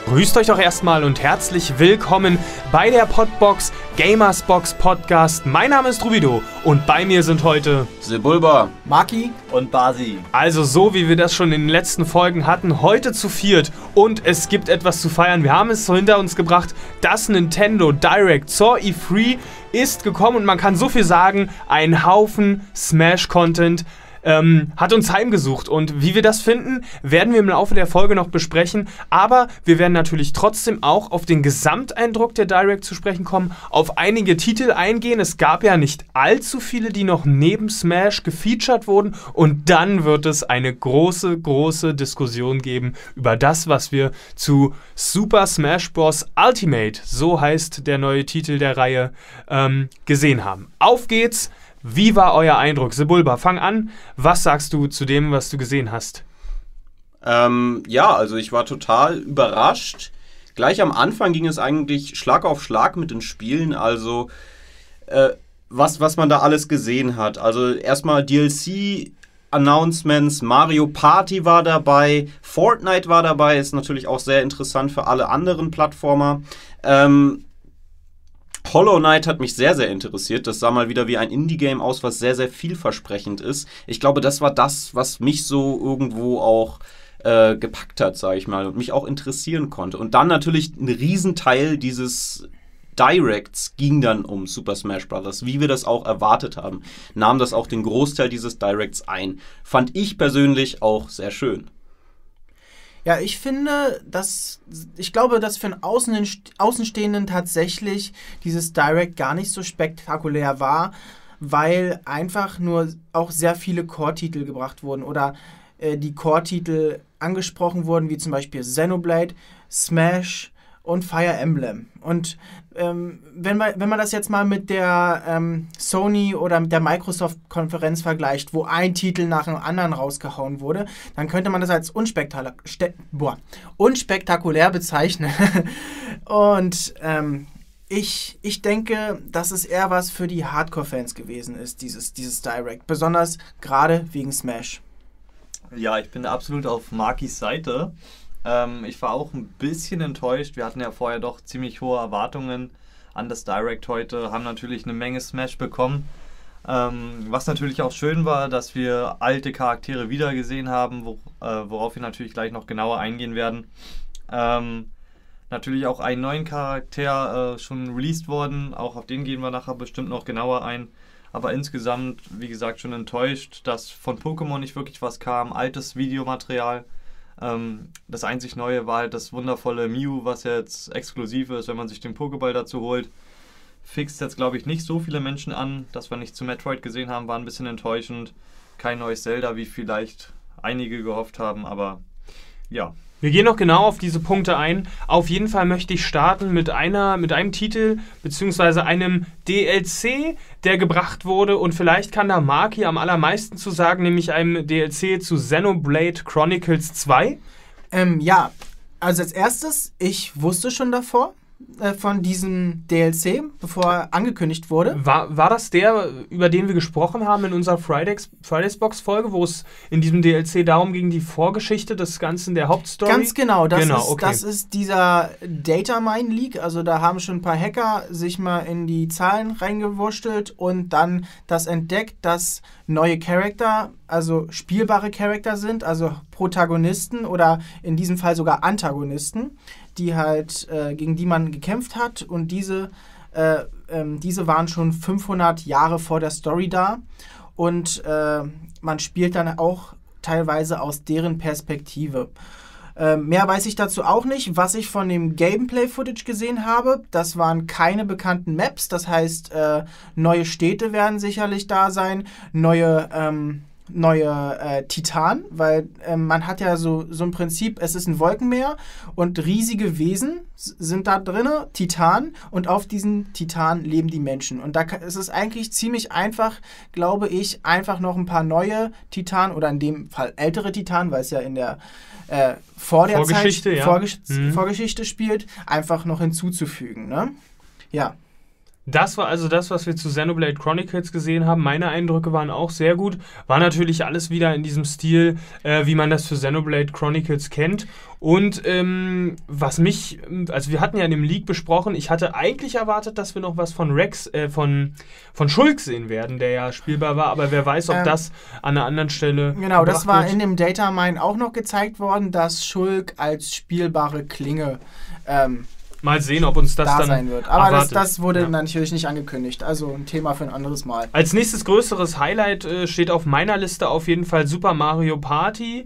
Grüßt euch doch erstmal und herzlich willkommen bei der Podbox Gamersbox Podcast. Mein Name ist Rubido und bei mir sind heute Sebulba, Maki und Basi. Also so wie wir das schon in den letzten Folgen hatten, heute zu viert und es gibt etwas zu feiern. Wir haben es so hinter uns gebracht, das Nintendo Direct zur E3 ist gekommen und man kann so viel sagen, ein Haufen Smash-Content hat uns heimgesucht und wie wir das finden, werden wir im Laufe der Folge noch besprechen, aber wir werden natürlich trotzdem auch auf den Gesamteindruck der Direct zu sprechen kommen, auf einige Titel eingehen. Es gab ja nicht allzu viele, die noch neben Smash gefeatured wurden und dann wird es eine große Diskussion geben über das, was wir zu Super Smash Bros. Ultimate, so heißt der neue Titel der Reihe, gesehen haben. Auf geht's! Wie war euer Eindruck? Sebulba, fang an. Was sagst du zu dem, was du gesehen hast? Also ich war total überrascht. Gleich am Anfang ging es eigentlich Schlag auf Schlag mit den Spielen. Also was man da alles gesehen hat. Also erstmal DLC-Announcements, Mario Party war dabei, Fortnite war dabei, ist natürlich auch sehr interessant für alle anderen Plattformer. Hollow Knight hat mich sehr, sehr interessiert. Das sah mal wieder wie ein Indie-Game aus, was sehr, sehr vielversprechend ist. Ich glaube, das war das, was mich so irgendwo auch gepackt hat, sage ich mal, und mich auch interessieren konnte. Und dann natürlich ein Riesenteil dieses Directs ging dann um Super Smash Bros., wie wir das auch erwartet haben. Nahm das auch den Großteil dieses Directs ein. Fand ich persönlich auch sehr schön. Ja, ich glaube, dass für einen Außenstehenden tatsächlich dieses Direct gar nicht so spektakulär war, weil einfach nur auch sehr viele Core-Titel gebracht wurden oder die Core-Titel angesprochen wurden, wie zum Beispiel Xenoblade, Smash und Fire Emblem. Und wenn man das jetzt mal mit der Sony oder mit der Microsoft-Konferenz vergleicht, wo ein Titel nach dem anderen rausgehauen wurde, dann könnte man das als unspektakulär bezeichnen. Und ich denke, dass es eher was für die Hardcore-Fans gewesen ist, dieses Direct. Besonders gerade wegen Smash. Ja, ich bin absolut auf Makis Seite. Ich war auch ein bisschen enttäuscht. Wir hatten ja vorher doch ziemlich hohe Erwartungen an das Direct heute, haben natürlich eine Menge Smash bekommen. Was natürlich auch schön war, dass wir alte Charaktere wiedergesehen haben, worauf wir natürlich gleich noch genauer eingehen werden. Natürlich auch einen neuen Charakter schon released worden, auch auf den gehen wir nachher bestimmt noch genauer ein. Aber insgesamt, wie gesagt, schon enttäuscht, dass von Pokémon nicht wirklich was kam, altes Videomaterial. Das einzig Neue war halt das wundervolle Mew, was jetzt exklusiv ist, wenn man sich den Pokéball dazu holt. Fixt jetzt, glaube ich, nicht so viele Menschen an. Dass wir nicht zu Metroid gesehen haben, war ein bisschen enttäuschend. Kein neues Zelda, wie vielleicht einige gehofft haben, aber ja. Wir gehen noch genau auf diese Punkte ein. Auf jeden Fall möchte ich starten mit einem Titel bzw. einem DLC, der gebracht wurde und vielleicht kann da Maki am allermeisten zu sagen, nämlich einem DLC zu Xenoblade Chronicles 2. Ja, also als erstes, ich wusste schon davor, von diesem DLC, bevor er angekündigt wurde. War das der, über den wir gesprochen haben in unserer Fridays-Box-Folge, wo es in diesem DLC darum ging, die Vorgeschichte des Ganzen, der Hauptstory? Ganz genau, okay. Das ist dieser Datamine-Leak, also da haben schon ein paar Hacker sich mal in die Zahlen reingewurstelt und dann das entdeckt, dass neue Charakter, also spielbare Charakter sind, also Protagonisten oder in diesem Fall sogar Antagonisten, die halt, gegen die man gekämpft hat und diese waren schon 500 Jahre vor der Story da und man spielt dann auch teilweise aus deren Perspektive. Mehr weiß ich dazu auch nicht. Was ich von dem Gameplay-Footage gesehen habe, das waren keine bekannten Maps, das heißt, neue Städte werden sicherlich da sein, neue Titan, weil man hat ja so ein Prinzip, es ist ein Wolkenmeer und riesige Wesen sind da drin, Titan, und auf diesen Titan leben die Menschen. Und da ist es eigentlich ziemlich einfach, glaube ich, einfach noch ein paar neue Titan oder in dem Fall ältere Titan, weil es ja in der Vorgeschichte spielt, einfach noch hinzuzufügen. Ne? Ja. Das war also das, was wir zu Xenoblade Chronicles gesehen haben. Meine Eindrücke waren auch sehr gut. War natürlich alles wieder in diesem Stil, wie man das für Xenoblade Chronicles kennt. Und was mich, also wir hatten ja in dem Leak besprochen, ich hatte eigentlich erwartet, dass wir noch was von Rex, von Shulk sehen werden, der ja spielbar war, aber wer weiß, ob das an einer anderen Stelle Genau, das war wird. in dem Datamine auch noch gezeigt worden, dass Shulk als spielbare Klinge Mal sehen, ob uns das da dann sein wird. Aber erwartet. das wurde natürlich nicht angekündigt. Also ein Thema für ein anderes Mal. Als nächstes größeres Highlight steht auf meiner Liste auf jeden Fall Super Mario Party.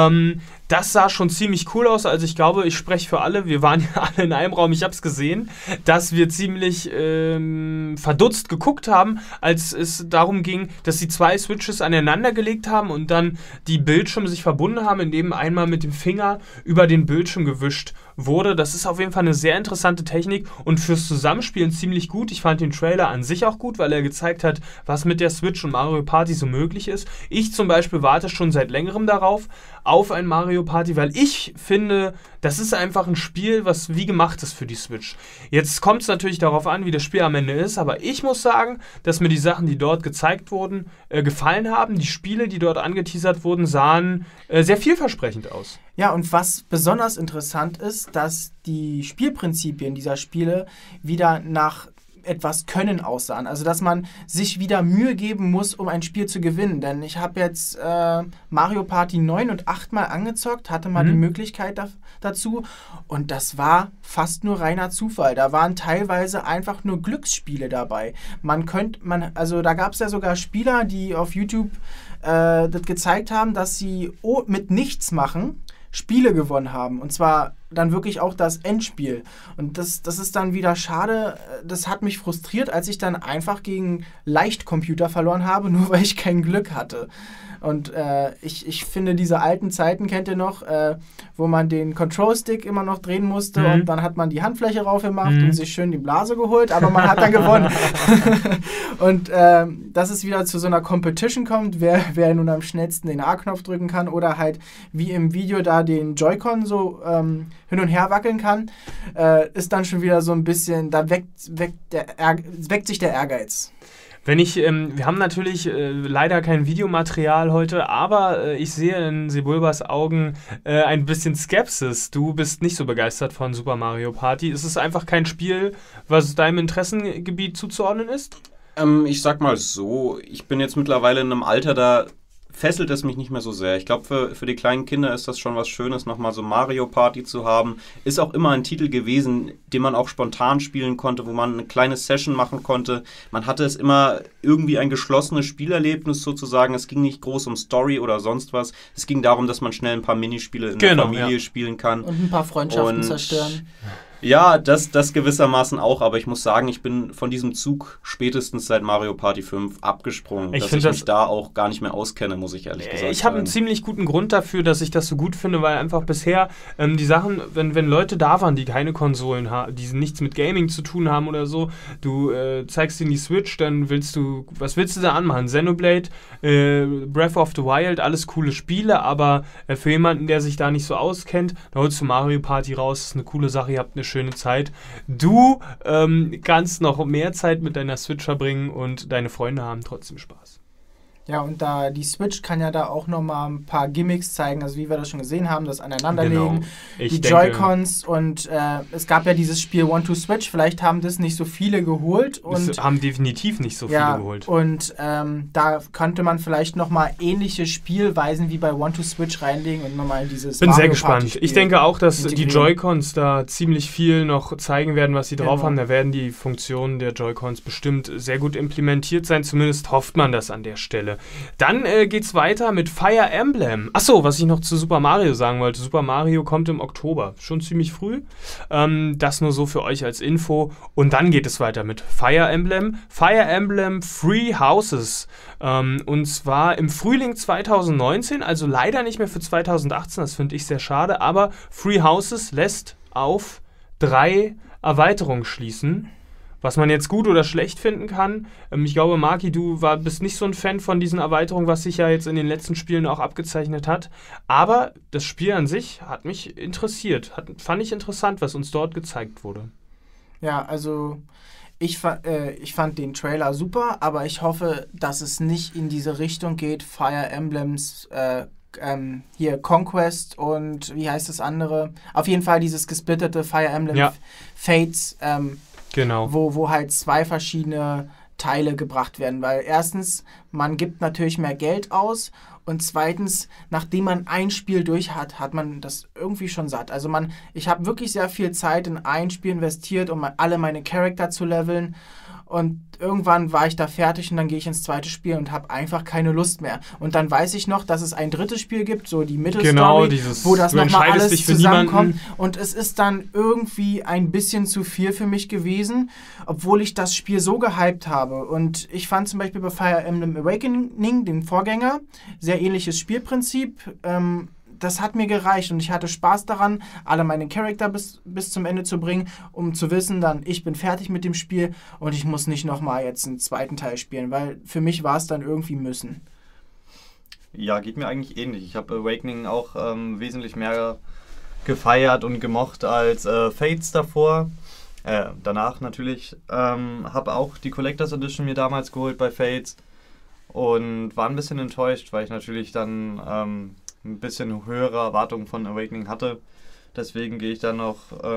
Das sah schon ziemlich cool aus. Also ich glaube, ich spreche für alle. Wir waren ja alle in einem Raum. Ich habe es gesehen, dass wir ziemlich verdutzt geguckt haben, als es darum ging, dass sie 2 Switches aneinander gelegt haben und dann die Bildschirme sich verbunden haben, indem einmal mit dem Finger über den Bildschirm gewischt wurde. Das ist auf jeden Fall eine sehr interessante Technik und fürs Zusammenspielen ziemlich gut. Ich fand den Trailer an sich auch gut, weil er gezeigt hat, was mit der Switch und Mario Party so möglich ist. Ich zum Beispiel warte schon seit längerem darauf, auf ein Mario Party, weil ich finde, das ist einfach ein Spiel, was wie gemacht ist für die Switch. Jetzt kommt es natürlich darauf an, wie das Spiel am Ende ist, aber ich muss sagen, dass mir die Sachen, die dort gezeigt wurden, gefallen haben. Die Spiele, die dort angeteasert wurden, sahen sehr vielversprechend aus. Ja, und was besonders interessant ist, dass die Spielprinzipien dieser Spiele wieder nach etwas Können aussahen. Also, dass man sich wieder Mühe geben muss, um ein Spiel zu gewinnen. Denn ich habe jetzt Mario Party 9 und 8 mal angezockt, hatte mal die Möglichkeit dazu und das war fast nur reiner Zufall. Da waren teilweise einfach nur Glücksspiele dabei. Also da gab es ja sogar Spieler, die auf YouTube das gezeigt haben, dass sie mit nichts machen Spiele gewonnen haben. Und zwar dann wirklich auch das Endspiel. Und das ist dann wieder schade. Das hat mich frustriert, als ich dann einfach gegen Leichtcomputer verloren habe, nur weil ich kein Glück hatte. Und ich finde, diese alten Zeiten, kennt ihr noch, wo man den Control-Stick immer noch drehen musste und dann hat man die Handfläche raufgemacht und sich schön die Blase geholt, aber man hat dann gewonnen. Und dass es wieder zu so einer Competition kommt, wer nun am schnellsten den A-Knopf drücken kann oder halt wie im Video da den Joy-Con so hin und her wackeln kann, ist dann schon wieder so ein bisschen, da weckt sich der Ehrgeiz. Wir haben natürlich leider kein Videomaterial heute, aber ich sehe in Sebulbas Augen ein bisschen Skepsis. Du bist nicht so begeistert von Super Mario Party. Ist es einfach kein Spiel, was deinem Interessengebiet zuzuordnen ist? Ich sag mal so, ich bin jetzt mittlerweile in einem Alter, da fesselt es mich nicht mehr so sehr. Ich glaube, für die kleinen Kinder ist das schon was Schönes, nochmal so Mario Party zu haben. Ist auch immer ein Titel gewesen, den man auch spontan spielen konnte, wo man eine kleine Session machen konnte. Man hatte es immer irgendwie ein geschlossenes Spielerlebnis sozusagen. Es ging nicht groß um Story oder sonst was. Es ging darum, dass man schnell ein paar Minispiele in der Familie spielen kann. Und ein paar Freundschaften zerstören. Ja, das gewissermaßen auch, aber ich muss sagen, ich bin von diesem Zug spätestens seit Mario Party 5 abgesprungen, dass ich mich da auch gar nicht mehr auskenne, muss ich ehrlich gesagt sagen. Ich habe einen ziemlich guten Grund dafür, dass ich das so gut finde, weil einfach bisher die Sachen, wenn Leute da waren, die keine Konsolen haben, die nichts mit Gaming zu tun haben oder so, du zeigst ihnen die Switch, dann was willst du da anmachen? Xenoblade, Breath of the Wild, alles coole Spiele, aber für jemanden, der sich da nicht so auskennt, da holst du Mario Party raus, ist eine coole Sache, ihr habt eine schöne Zeit. Du kannst noch mehr Zeit mit deiner Switch verbringen und deine Freunde haben trotzdem Spaß. Ja, und die Switch kann ja da auch nochmal ein paar Gimmicks zeigen, also wie wir das schon gesehen haben, das Aneinanderlegen, die Joy-Cons und es gab ja dieses Spiel One-to-Switch, vielleicht haben das nicht so viele geholt. Und das haben definitiv nicht so viele geholt. Und da könnte man vielleicht nochmal ähnliche Spielweisen wie bei One-to-Switch reinlegen und nochmal dieses Bin sehr gespannt. Ich denke auch, dass die Joy-Cons da ziemlich viel noch zeigen werden, was sie drauf haben. Da werden die Funktionen der Joy-Cons bestimmt sehr gut implementiert sein, zumindest hofft man das an der Stelle. Dann geht's weiter mit Fire Emblem. Achso, was ich noch zu Super Mario sagen wollte. Super Mario kommt im Oktober. Schon ziemlich früh. Das nur so für euch als Info. Und dann geht es weiter mit Fire Emblem. Fire Emblem Three Houses. Und zwar im Frühling 2019. Also leider nicht mehr für 2018. Das finde ich sehr schade. Aber Three Houses lässt auf 3 Erweiterungen schließen. Was man jetzt gut oder schlecht finden kann. Ich glaube, Maki, du bist nicht so ein Fan von diesen Erweiterungen, was sich ja jetzt in den letzten Spielen auch abgezeichnet hat. Aber das Spiel an sich hat mich interessiert. Fand ich interessant, was uns dort gezeigt wurde. Ja, also Ich fand den Trailer super, aber ich hoffe, dass es nicht in diese Richtung geht. Fire Emblems, hier Conquest und wie heißt das andere? Auf jeden Fall dieses gesplittete Fire Emblem Fates, genau. wo halt 2 verschiedene Teile gebracht werden. Weil erstens, man gibt natürlich mehr Geld aus und zweitens, nachdem man ein Spiel durch hat, hat man das irgendwie schon satt. Also ich habe wirklich sehr viel Zeit in ein Spiel investiert, um alle meine Charakter zu leveln. Und irgendwann war ich da fertig und dann gehe ich ins zweite Spiel und habe einfach keine Lust mehr. Und dann weiß ich noch, dass es ein drittes Spiel gibt, so die Mittelstory, wo das nochmal alles zusammenkommt. Und es ist dann irgendwie ein bisschen zu viel für mich gewesen, obwohl ich das Spiel so gehypt habe. Und ich fand zum Beispiel bei Fire Emblem Awakening, den Vorgänger, sehr ähnliches Spielprinzip. Das hat mir gereicht und ich hatte Spaß daran, alle meine Charakter bis zum Ende zu bringen, um zu wissen, dann ich bin fertig mit dem Spiel und ich muss nicht nochmal jetzt einen zweiten Teil spielen, weil für mich war es dann irgendwie müssen. Ja, geht mir eigentlich ähnlich. Ich habe Awakening auch wesentlich mehr gefeiert und gemocht als Fates davor. Danach natürlich. Habe auch die Collectors Edition mir damals geholt bei Fates und war ein bisschen enttäuscht, weil ich natürlich dann ein bisschen höhere Erwartungen von Awakening hatte. Deswegen gehe ich dann noch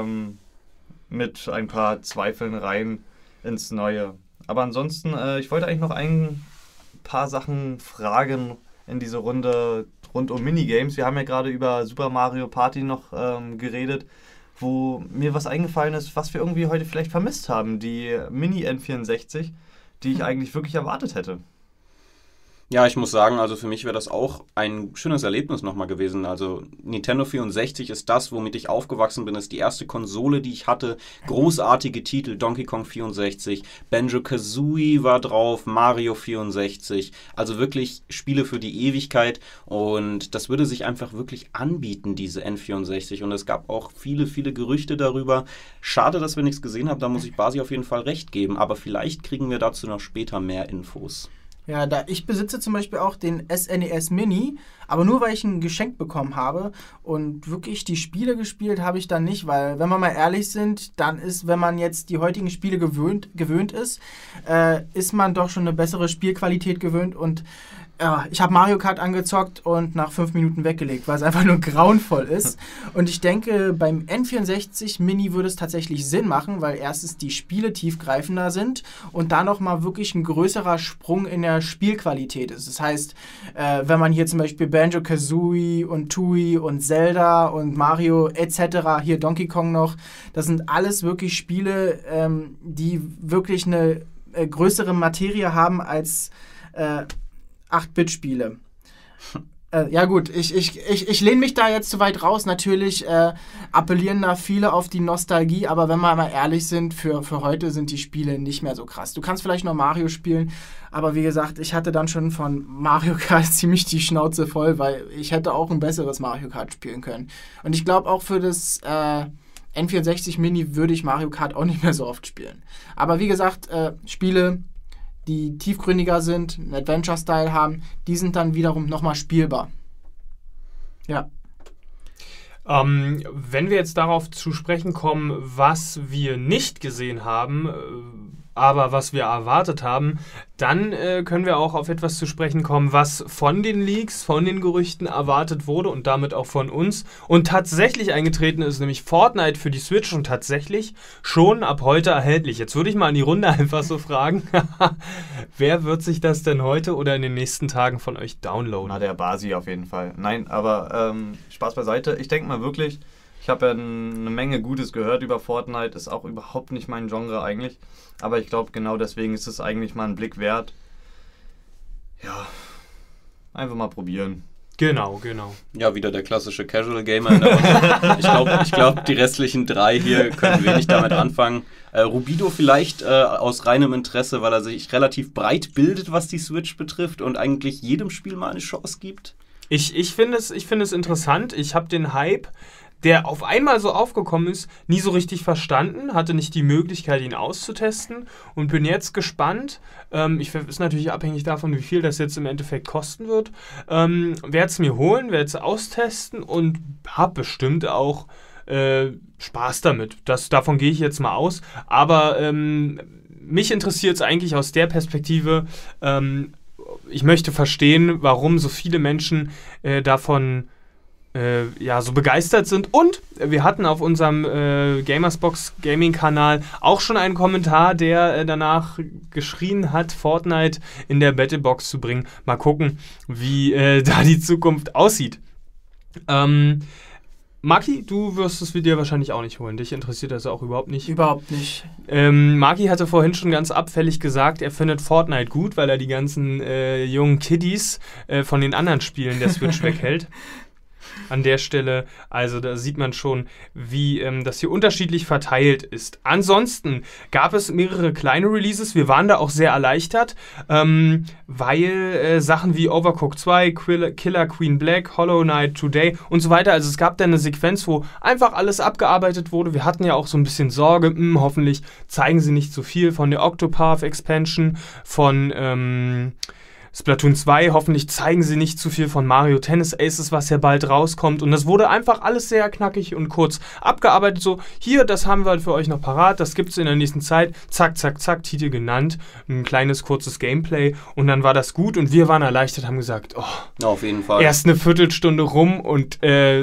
mit ein paar Zweifeln rein ins Neue. Aber ansonsten, ich wollte eigentlich noch ein paar Sachen fragen in diese Runde rund um Minigames. Wir haben ja gerade über Super Mario Party noch geredet, wo mir was eingefallen ist, was wir irgendwie heute vielleicht vermisst haben. Die Mini-N64, die ich eigentlich wirklich erwartet hätte. Ja, ich muss sagen, also für mich wäre das auch ein schönes Erlebnis nochmal gewesen. Also Nintendo 64 ist das, womit ich aufgewachsen bin. Das ist die erste Konsole, die ich hatte. Großartige Titel, Donkey Kong 64, Banjo-Kazooie war drauf, Mario 64. Also wirklich Spiele für die Ewigkeit. Und das würde sich einfach wirklich anbieten, diese N64. Und es gab auch viele, viele Gerüchte darüber. Schade, dass wir nichts gesehen haben, da muss ich Basi auf jeden Fall recht geben. Aber vielleicht kriegen wir dazu noch später mehr Infos. Ja, ich besitze zum Beispiel auch den SNES Mini, aber nur weil ich ein Geschenk bekommen habe und wirklich die Spiele gespielt habe ich dann nicht, weil, wenn wir mal ehrlich sind, dann ist, wenn man jetzt die heutigen Spiele gewöhnt ist, ist man doch schon eine bessere Spielqualität gewöhnt und ich habe Mario Kart angezockt und nach 5 Minuten weggelegt, weil es einfach nur grauenvoll ist. Und ich denke, beim N64 Mini würde es tatsächlich Sinn machen, weil erstens die Spiele tiefgreifender sind und da nochmal wirklich ein größerer Sprung in der Spielqualität ist. Das heißt, wenn man hier zum Beispiel Banjo-Kazooie und Tooie und Zelda und Mario etc., hier Donkey Kong noch, das sind alles wirklich Spiele, die wirklich eine größere Materie haben als 8-Bit-Spiele. Ja gut, ich lehne mich da jetzt zu weit raus. Natürlich appellieren da viele auf die Nostalgie, aber wenn wir mal ehrlich sind, für heute sind die Spiele nicht mehr so krass. Du kannst vielleicht noch Mario spielen, aber wie gesagt, ich hatte dann schon von Mario Kart ziemlich die Schnauze voll, weil ich hätte auch ein besseres Mario Kart spielen können. Und ich glaube auch für das N64 Mini würde ich Mario Kart auch nicht mehr so oft spielen. Aber wie gesagt, Spiele, die tiefgründiger sind, einen Adventure-Style haben, die sind dann wiederum nochmal spielbar. Ja. Wenn wir jetzt darauf zu sprechen kommen, was wir nicht gesehen haben, aber was wir erwartet haben, dann können wir auch auf etwas zu sprechen kommen, was von den Leaks, von den Gerüchten erwartet wurde und damit auch von uns und tatsächlich eingetreten ist, nämlich Fortnite für die Switch und tatsächlich schon ab heute erhältlich. Jetzt würde ich mal in die Runde einfach so fragen, wer wird sich das denn heute oder in den nächsten Tagen von euch downloaden? Na, der Basi auf jeden Fall. Nein, aber Spaß beiseite. Ich denke mal wirklich, ich habe ja eine Menge Gutes gehört über Fortnite, ist auch überhaupt nicht mein Genre eigentlich. Aber ich glaube, genau deswegen ist es eigentlich mal ein Blick wert. Ja, einfach mal probieren. Genau. Ja, wieder der klassische Casual Gamer in der Runde. Ich glaube, die restlichen 3 hier können wenig damit anfangen. Rubido vielleicht aus reinem Interesse, weil er sich relativ breit bildet, was die Switch betrifft und eigentlich jedem Spiel mal eine Chance gibt. Ich finde es interessant. Ich habe den Hype, der auf einmal so aufgekommen ist, nie so richtig verstanden, hatte nicht die Möglichkeit, ihn auszutesten und bin jetzt gespannt. Ist natürlich abhängig davon, wie viel das jetzt im Endeffekt kosten wird. Werde es mir holen, werde es austesten und habe bestimmt auch Spaß damit. Davon gehe ich jetzt mal aus. Aber mich interessiert es eigentlich aus der Perspektive, ich möchte verstehen, warum so viele Menschen davon so begeistert sind. Und wir hatten auf unserem Gamersbox Gaming-Kanal auch schon einen Kommentar, der danach geschrien hat, Fortnite in der Battlebox zu bringen. Mal gucken, wie da die Zukunft aussieht. Maki, du wirst das Video wahrscheinlich auch nicht holen. Dich interessiert das auch überhaupt nicht? Überhaupt nicht. Maki hatte vorhin schon ganz abfällig gesagt, er findet Fortnite gut, weil er die ganzen jungen Kiddies von den anderen Spielen der Switch weghält. An der Stelle, also da sieht man schon, wie das hier unterschiedlich verteilt ist. Ansonsten gab es mehrere kleine Releases. Wir waren da auch sehr erleichtert, weil Sachen wie Overcooked 2, Killer Queen Black, Hollow Knight Today und so weiter, also es gab da eine Sequenz, wo einfach alles abgearbeitet wurde. Wir hatten ja auch so ein bisschen Sorge, hoffentlich zeigen sie nicht so viel von der Octopath Expansion, von Splatoon 2, hoffentlich zeigen sie nicht zu viel von Mario Tennis Aces, was ja bald rauskommt. Und das wurde einfach alles sehr knackig und kurz abgearbeitet. So, hier, das haben wir halt für euch noch parat, das gibt es in der nächsten Zeit. Zack, zack, zack, Titel genannt. Ein kleines, kurzes Gameplay. Und dann war das gut und wir waren erleichtert, haben gesagt, auf jeden Fall. Erst eine Viertelstunde rum und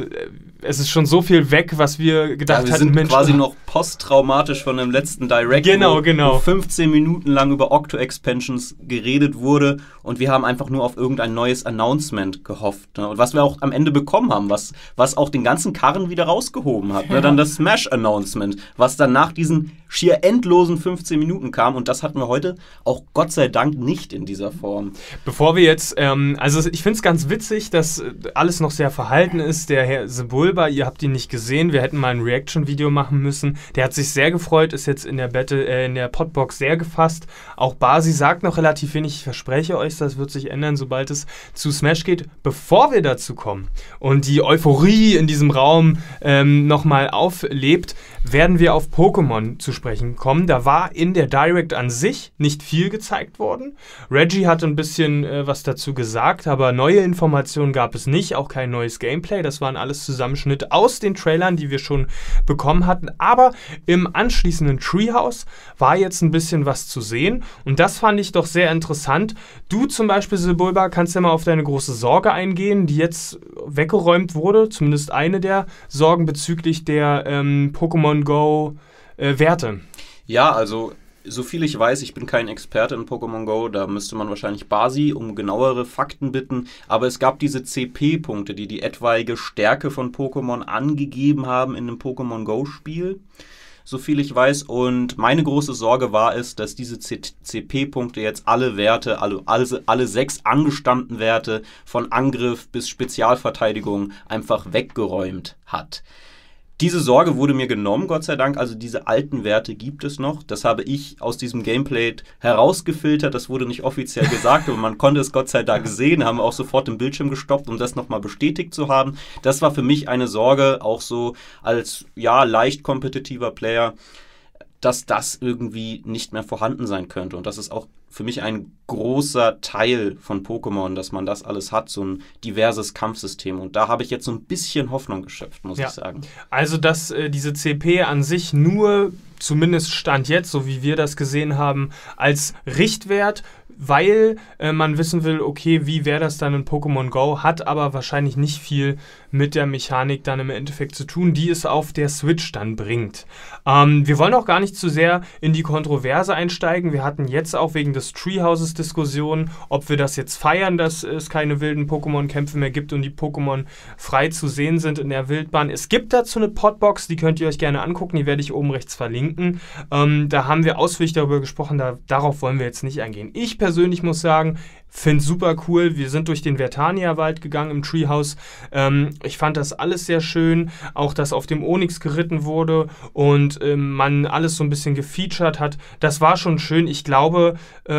es ist schon so viel weg, was wir gedacht wir hatten. Wir sind quasi noch posttraumatisch von dem letzten Direct, wo 15 Minuten lang über Octo-Expansions geredet wurde und wir haben einfach nur auf irgendein neues Announcement gehofft. Ne? Und was wir auch am Ende bekommen haben, was auch den ganzen Karren wieder rausgehoben hat. Ne? Dann das Smash-Announcement, was dann nach diesen schier endlosen 15 Minuten kam und das hatten wir heute auch Gott sei Dank nicht in dieser Form. Bevor wir jetzt, also ich finde es ganz witzig, dass alles noch sehr verhalten ist. Der Herr Sebulba, ihr habt ihn nicht gesehen, wir hätten mal ein Reaction-Video machen müssen. Der hat sich sehr gefreut, ist jetzt in der Podbox sehr gefasst. Auch Basi sagt noch relativ wenig, ich verspreche euch, das wird sich ändern, sobald es zu Smash geht. Bevor wir dazu kommen und die Euphorie in diesem Raum nochmal auflebt, werden wir auf Pokémon zu sprechen kommen. Da war in der Direct an sich nicht viel gezeigt worden. Reggie hat ein bisschen was dazu gesagt, aber neue Informationen gab es nicht, auch kein neues Gameplay. Das waren alles Zusammenschnitte aus den Trailern, die wir schon bekommen hatten. Aber im anschließenden Treehouse war jetzt ein bisschen was zu sehen und das fand ich doch sehr interessant. Du zum Beispiel, Sebulba, kannst ja mal auf deine große Sorge eingehen, die jetzt weggeräumt wurde, zumindest eine der Sorgen bezüglich der Pokémon Go Werte. Ja, also so viel ich weiß, ich bin kein Experte in Pokémon Go, da müsste man wahrscheinlich Basi um genauere Fakten bitten, aber es gab diese CP-Punkte, die etwaige Stärke von Pokémon angegeben haben in einem Pokémon Go-Spiel, so viel ich weiß, und meine große Sorge war es, dass diese CP-Punkte jetzt alle Werte, alle 6 angestammten Werte von Angriff bis Spezialverteidigung einfach weggeräumt hat. Diese Sorge wurde mir genommen, Gott sei Dank, also diese alten Werte gibt es noch. Das habe ich aus diesem Gameplay herausgefiltert, das wurde nicht offiziell gesagt, aber man konnte es Gott sei Dank sehen, haben auch sofort den Bildschirm gestoppt, um das nochmal bestätigt zu haben. Das war für mich eine Sorge, auch so als leicht kompetitiver Player, dass das irgendwie nicht mehr vorhanden sein könnte. Und das ist auch für mich ein großer Teil von Pokémon, dass man das alles hat, so ein diverses Kampfsystem. Und da habe ich jetzt so ein bisschen Hoffnung geschöpft, muss ich sagen. Also, dass diese CP an sich nur, zumindest Stand jetzt, so wie wir das gesehen haben, als Richtwert, weil man wissen will, okay, wie wäre das dann in Pokémon Go, hat aber wahrscheinlich nicht viel mit der Mechanik dann im Endeffekt zu tun, die es auf der Switch dann bringt. Wir wollen auch gar nicht zu sehr in die Kontroverse einsteigen. Wir hatten jetzt auch wegen des Treehouses Diskussionen, ob wir das jetzt feiern, dass es keine wilden Pokémon-Kämpfe mehr gibt und die Pokémon frei zu sehen sind in der Wildbahn. Es gibt dazu eine Podbox, die könnt ihr euch gerne angucken, die werde ich oben rechts verlinken. Da haben wir ausführlich darüber gesprochen, darauf wollen wir jetzt nicht eingehen. Ich persönlich muss sagen, finde super cool. Wir sind durch den Vertania-Wald gegangen im Treehouse. Ich fand das alles sehr schön. Auch, dass auf dem Onyx geritten wurde und man alles so ein bisschen gefeatured hat. Das war schon schön. Ich glaube,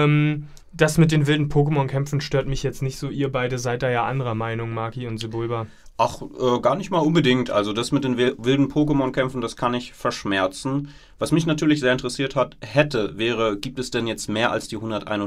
das mit den wilden Pokémon-Kämpfen stört mich jetzt nicht so. Ihr beide seid da ja anderer Meinung, Maki und Sebulba. Ach, gar nicht mal unbedingt. Also das mit den wilden Pokémon-Kämpfen, das kann ich verschmerzen. Was mich natürlich sehr interessiert wäre, gibt es denn jetzt mehr als die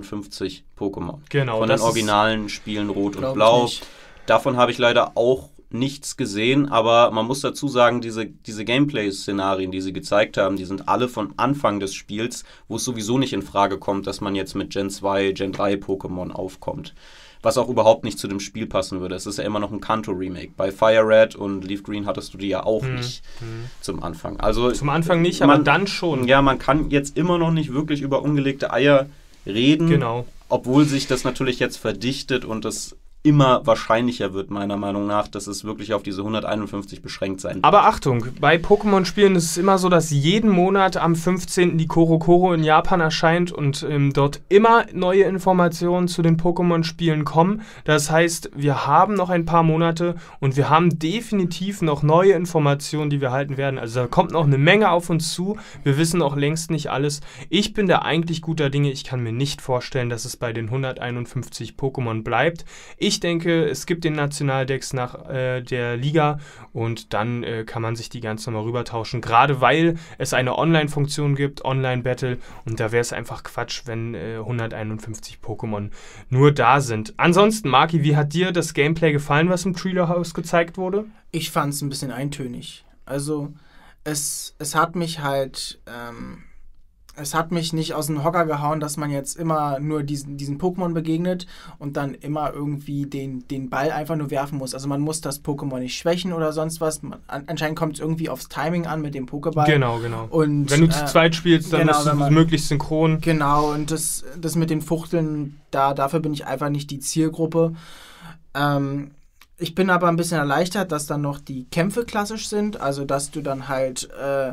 151 Pokémon? Genau. Von den originalen Spielen Rot und Blau. Davon habe ich leider auch nichts gesehen, aber man muss dazu sagen, diese Gameplay-Szenarien, die sie gezeigt haben, die sind alle von Anfang des Spiels, wo es sowieso nicht in Frage kommt, dass man jetzt mit Gen 2, Gen 3 Pokémon aufkommt. Was auch überhaupt nicht zu dem Spiel passen würde. Es ist ja immer noch ein Kanto-Remake. Bei Fire Red und Leaf Green hattest du die ja auch nicht zum Anfang. Also zum Anfang nicht, aber dann schon. Ja, man kann jetzt immer noch nicht wirklich über ungelegte Eier reden, genau. Obwohl sich das natürlich jetzt verdichtet und es immer wahrscheinlicher wird, meiner Meinung nach, dass es wirklich auf diese 151 beschränkt sein wird. Aber Achtung, bei Pokémon-Spielen ist es immer so, dass jeden Monat am 15. die Korokoro in Japan erscheint und dort immer neue Informationen zu den Pokémon-Spielen kommen. Das heißt, wir haben noch ein paar Monate und wir haben definitiv noch neue Informationen, die wir halten werden. Also da kommt noch eine Menge auf uns zu. Wir wissen auch längst nicht alles. Ich bin da eigentlich guter Dinge. Ich kann mir nicht vorstellen, dass es bei den 151 Pokémon bleibt. Ich denke, es gibt den Nationaldex nach der Liga und dann kann man sich die ganz normal rübertauschen, gerade weil es eine Online-Funktion gibt, Online-Battle, und da wäre es einfach Quatsch, wenn 151 Pokémon nur da sind. Ansonsten, Marki, wie hat dir das Gameplay gefallen, was im Treehouse gezeigt wurde? Ich fand es ein bisschen eintönig. Also es hat mich halt... Es hat mich nicht aus dem Hocker gehauen, dass man jetzt immer nur diesen Pokémon begegnet und dann immer irgendwie den Ball einfach nur werfen muss. Also man muss das Pokémon nicht schwächen oder sonst was. Anscheinend kommt es irgendwie aufs Timing an mit dem Pokéball. Genau. Und wenn du zu zweit spielst, dann ist es möglichst synchron. Genau, und das mit den Fuchteln, dafür bin ich einfach nicht die Zielgruppe. Ich bin aber ein bisschen erleichtert, dass dann noch die Kämpfe klassisch sind. Also dass du dann halt...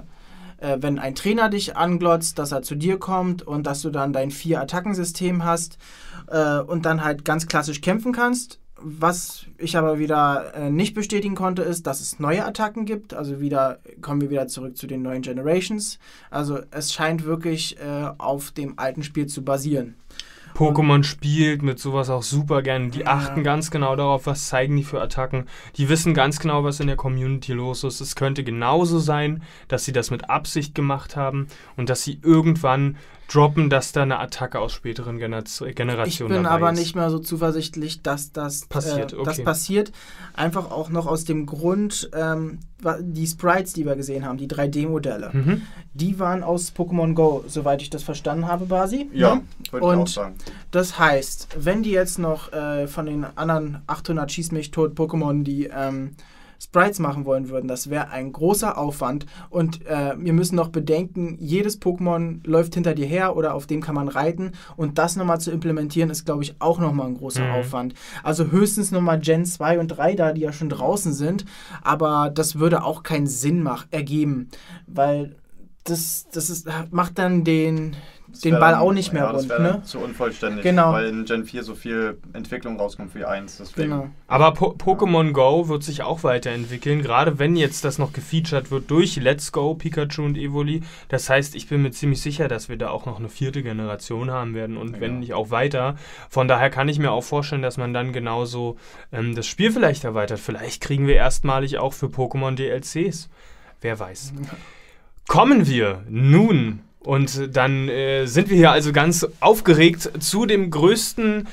wenn ein Trainer dich anglotzt, dass er zu dir kommt und dass du dann dein 4-Attackensystem hast und dann halt ganz klassisch kämpfen kannst. Was ich aber wieder nicht bestätigen konnte, ist, dass es neue Attacken gibt. Also kommen wir wieder zurück zu den neuen Generations. Also es scheint wirklich auf dem alten Spiel zu basieren. Pokémon spielt mit sowas auch super gerne. Die achten ganz genau darauf, was zeigen die für Attacken. Die wissen ganz genau, was in der Community los ist. Es könnte genauso sein, dass sie das mit Absicht gemacht haben und dass sie irgendwann droppen, dass da eine Attacke aus späteren Generationen dabei ist. Ich bin aber nicht mehr so zuversichtlich, dass das passiert. Das passiert. Einfach auch noch aus dem Grund, die Sprites, die wir gesehen haben, die 3D-Modelle, die waren aus Pokémon Go, soweit ich das verstanden habe, Basi. Ja, würde ich auch sagen. Das heißt, wenn die jetzt noch von den anderen 800 Schieß-mich-tot-Pokémon die Sprites machen wollen würden, das wäre ein großer Aufwand und wir müssen noch bedenken, jedes Pokémon läuft hinter dir her oder auf dem kann man reiten und das nochmal zu implementieren ist, glaube ich, auch nochmal ein großer Aufwand. Also höchstens nochmal Gen 2 und 3 da, die ja schon draußen sind, aber das würde auch keinen Sinn ergeben, weil das macht dann den Ball auch nicht mehr rund. Das wäre zu unvollständig, weil in Gen 4 so viel Entwicklung rauskommt wie 1. Deswegen. Genau. Aber Pokémon Go wird sich auch weiterentwickeln, gerade wenn jetzt das noch gefeatured wird durch Let's Go, Pikachu und Evoli. Das heißt, ich bin mir ziemlich sicher, dass wir da auch noch eine 4. Generation haben werden und wenn nicht auch weiter. Von daher kann ich mir auch vorstellen, dass man dann genauso das Spiel vielleicht erweitert. Vielleicht kriegen wir erstmalig auch für Pokémon DLCs. Wer weiß. Kommen wir nun... Und dann sind wir hier also ganz aufgeregt zu dem größten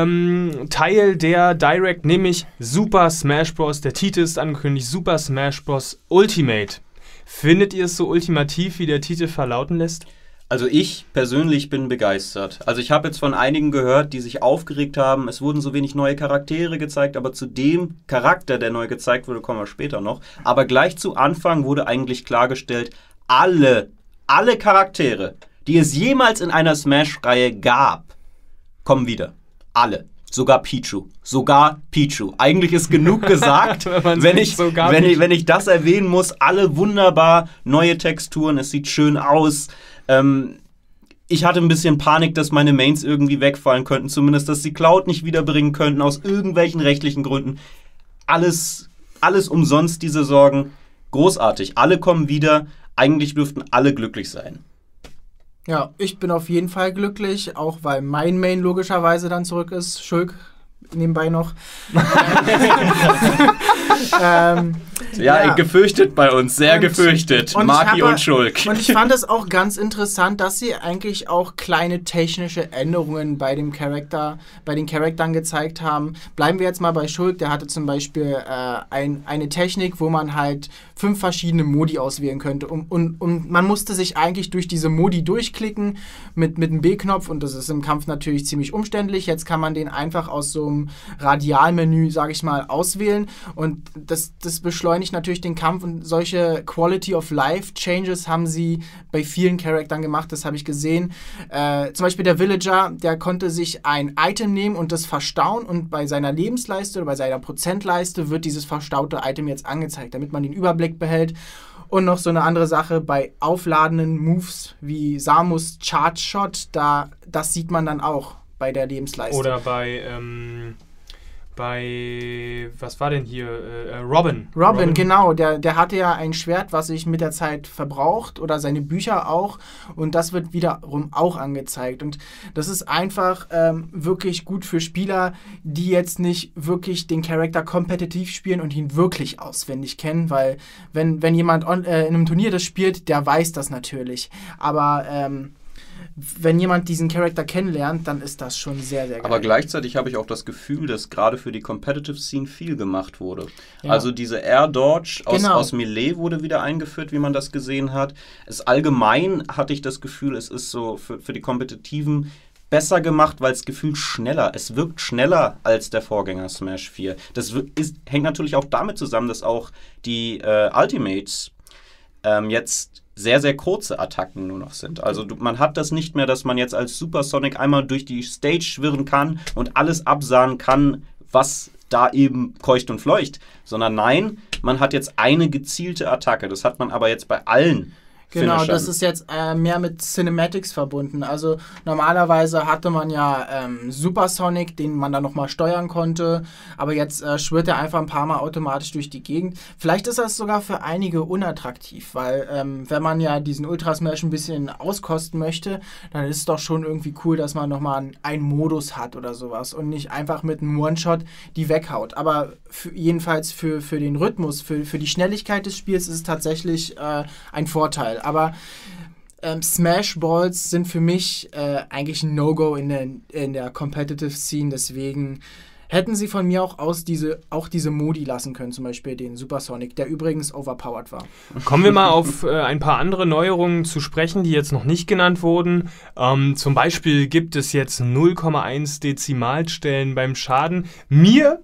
Teil der Direct, nämlich Super Smash Bros. Der Titel ist angekündigt, Super Smash Bros. Ultimate. Findet ihr es so ultimativ, wie der Titel verlauten lässt? Also ich persönlich bin begeistert. Also ich habe jetzt von einigen gehört, die sich aufgeregt haben, es wurden so wenig neue Charaktere gezeigt, aber zu dem Charakter, der neu gezeigt wurde, kommen wir später noch. Aber gleich zu Anfang wurde eigentlich klargestellt, alle Charaktere, die es jemals in einer Smash-Reihe gab, kommen wieder. Alle. Sogar Pichu. Eigentlich ist genug gesagt, wenn ich das erwähnen muss. Alle wunderbar, neue Texturen, es sieht schön aus. Ich hatte ein bisschen Panik, dass meine Mains irgendwie wegfallen könnten. Zumindest, dass sie Cloud nicht wiederbringen könnten, aus irgendwelchen rechtlichen Gründen. Alles umsonst, diese Sorgen. Großartig. Alle kommen wieder. Eigentlich dürften alle glücklich sein. Ja, ich bin auf jeden Fall glücklich, auch weil mein Main logischerweise dann zurück ist. Shulk nebenbei noch. Ja, gefürchtet bei uns, sehr gefürchtet. Maki und Schulk. Und ich fand es auch ganz interessant, dass sie eigentlich auch kleine technische Änderungen bei den Charaktern gezeigt haben. Bleiben wir jetzt mal bei Schulk, der hatte zum Beispiel eine Technik, wo man halt 5 verschiedene Modi auswählen könnte. Und man musste sich eigentlich durch diese Modi durchklicken mit einem B-Knopf und das ist im Kampf natürlich ziemlich umständlich. Jetzt kann man den einfach aus so einem Radialmenü, sage ich mal, auswählen und das beschleunigt natürlich den Kampf und solche Quality of Life Changes haben sie bei vielen Charaktern gemacht, das habe ich gesehen. Zum Beispiel der Villager, der konnte sich ein Item nehmen und das verstauen und bei seiner Lebensleiste oder bei seiner Prozentleiste wird dieses verstaute Item jetzt angezeigt, damit man den Überblick behält. Und noch so eine andere Sache, bei aufladenden Moves wie Samus Charge Shot, das sieht man dann auch bei der Lebensleiste. Oder bei was war denn hier? Robin, genau. Der hatte ja ein Schwert, was sich mit der Zeit verbraucht oder seine Bücher auch und das wird wiederum auch angezeigt und das ist einfach wirklich gut für Spieler, die jetzt nicht wirklich den Charakter kompetitiv spielen und ihn wirklich auswendig kennen, weil wenn jemand in einem Turnier das spielt, der weiß das natürlich, aber wenn jemand diesen Charakter kennenlernt, dann ist das schon sehr, sehr geil. Aber gleichzeitig habe ich auch das Gefühl, dass gerade für die Competitive Scene viel gemacht wurde. Ja. Also diese Air Dodge aus Melee wurde wieder eingeführt, wie man das gesehen hat. Allgemein hatte ich das Gefühl, es ist so für die Kompetitiven besser gemacht, weil es gefühlt schneller. Es wirkt schneller als der Vorgänger Smash 4. Das hängt natürlich auch damit zusammen, dass auch die Ultimates jetzt sehr, sehr kurze Attacken nur noch sind. Also man hat das nicht mehr, dass man jetzt als Super Sonic einmal durch die Stage schwirren kann und alles absahen kann, was da eben keucht und fleucht. Sondern nein, man hat jetzt eine gezielte Attacke. Das hat man aber jetzt bei allen Genau, Finishern. das ist jetzt mehr mit Cinematics verbunden. Also normalerweise hatte man ja Super Sonic, den man dann nochmal steuern konnte, aber jetzt schwirrt er einfach ein paar Mal automatisch durch die Gegend. Vielleicht ist das sogar für einige unattraktiv, weil wenn man ja diesen Ultra Smash ein bisschen auskosten möchte, dann ist es doch schon irgendwie cool, dass man nochmal einen Modus hat oder sowas und nicht einfach mit einem One-Shot die weghaut. Aber jedenfalls für den Rhythmus, für die Schnelligkeit des Spiels ist es tatsächlich ein Vorteil. Aber Smash Balls sind für mich eigentlich ein No-Go in der Competitive Scene, deswegen hätten sie von mir auch diese Modi lassen können, zum Beispiel den Super Sonic, der übrigens overpowered war. Kommen wir mal auf ein paar andere Neuerungen zu sprechen, die jetzt noch nicht genannt wurden. Zum Beispiel gibt es jetzt 0,1 Dezimalstellen beim Schaden. Mir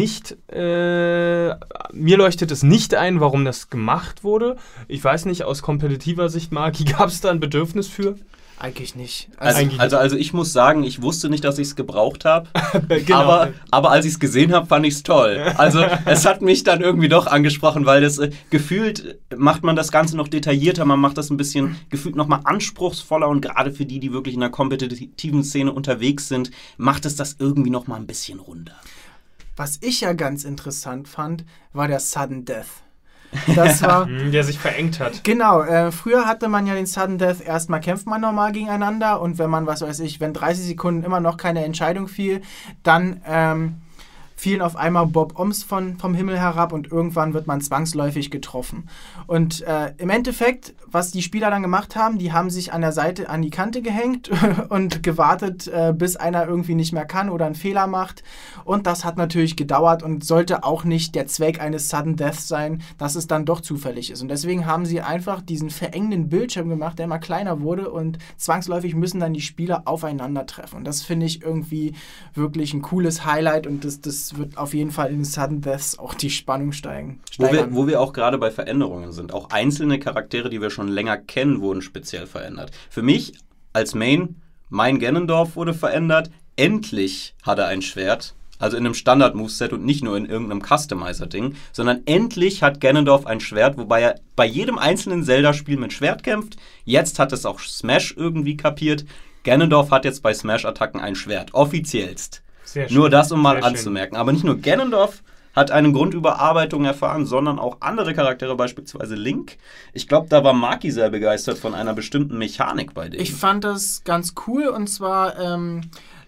leuchtet es nicht ein, warum das gemacht wurde. Ich weiß nicht, aus kompetitiver Sicht, Maki, gab es da ein Bedürfnis für? Eigentlich nicht. Also ich muss sagen, ich wusste nicht, dass ich es gebraucht habe, genau. aber als ich es gesehen habe, fand ich es toll. Also es hat mich dann irgendwie doch angesprochen, weil das gefühlt macht man das Ganze noch detaillierter, man macht das ein bisschen gefühlt nochmal anspruchsvoller und gerade für die wirklich in der kompetitiven Szene unterwegs sind, macht es das irgendwie nochmal ein bisschen runder. Was ich ja ganz interessant fand, war der Sudden Death. Das war, der sich verengt hat. Genau, früher hatte man ja den Sudden Death, erstmal kämpft man normal gegeneinander und wenn man, wenn 30 Sekunden immer noch keine Entscheidung fiel, dann fielen auf einmal Bob-Oms vom Himmel herab und irgendwann wird man zwangsläufig getroffen. Und im Endeffekt, was die Spieler dann gemacht haben, die haben sich an der Seite an die Kante gehängt und gewartet, bis einer irgendwie nicht mehr kann oder einen Fehler macht. Und das hat natürlich gedauert und sollte auch nicht der Zweck eines Sudden Deaths sein, dass es dann doch zufällig ist. Und deswegen haben sie einfach diesen verengenden Bildschirm gemacht, der immer kleiner wurde und zwangsläufig müssen dann die Spieler aufeinandertreffen. Und das finde ich irgendwie wirklich ein cooles Highlight und das wird auf jeden Fall in den Sudden Deaths auch die Spannung steigern. Wo wir auch gerade bei Veränderungen sind. Auch einzelne Charaktere, die wir schon länger kennen, wurden speziell verändert. Für mich als Main, mein Ganondorf wurde verändert. Endlich hat er ein Schwert. Also in einem Standard-Moveset und nicht nur in irgendeinem Customizer-Ding, sondern endlich hat Ganondorf ein Schwert, wobei er bei jedem einzelnen Zelda-Spiel mit Schwert kämpft. Jetzt hat es auch Smash irgendwie kapiert. Ganondorf hat jetzt bei Smash-Attacken ein Schwert. Offiziellst. Sehr schön. Nur das, um mal anzumerken. Aber nicht nur Ganondorf hat eine Grundüberarbeitung erfahren, sondern auch andere Charaktere, beispielsweise Link. Ich glaube, da war Maki sehr begeistert von einer bestimmten Mechanik bei denen. Ich fand das ganz cool und zwar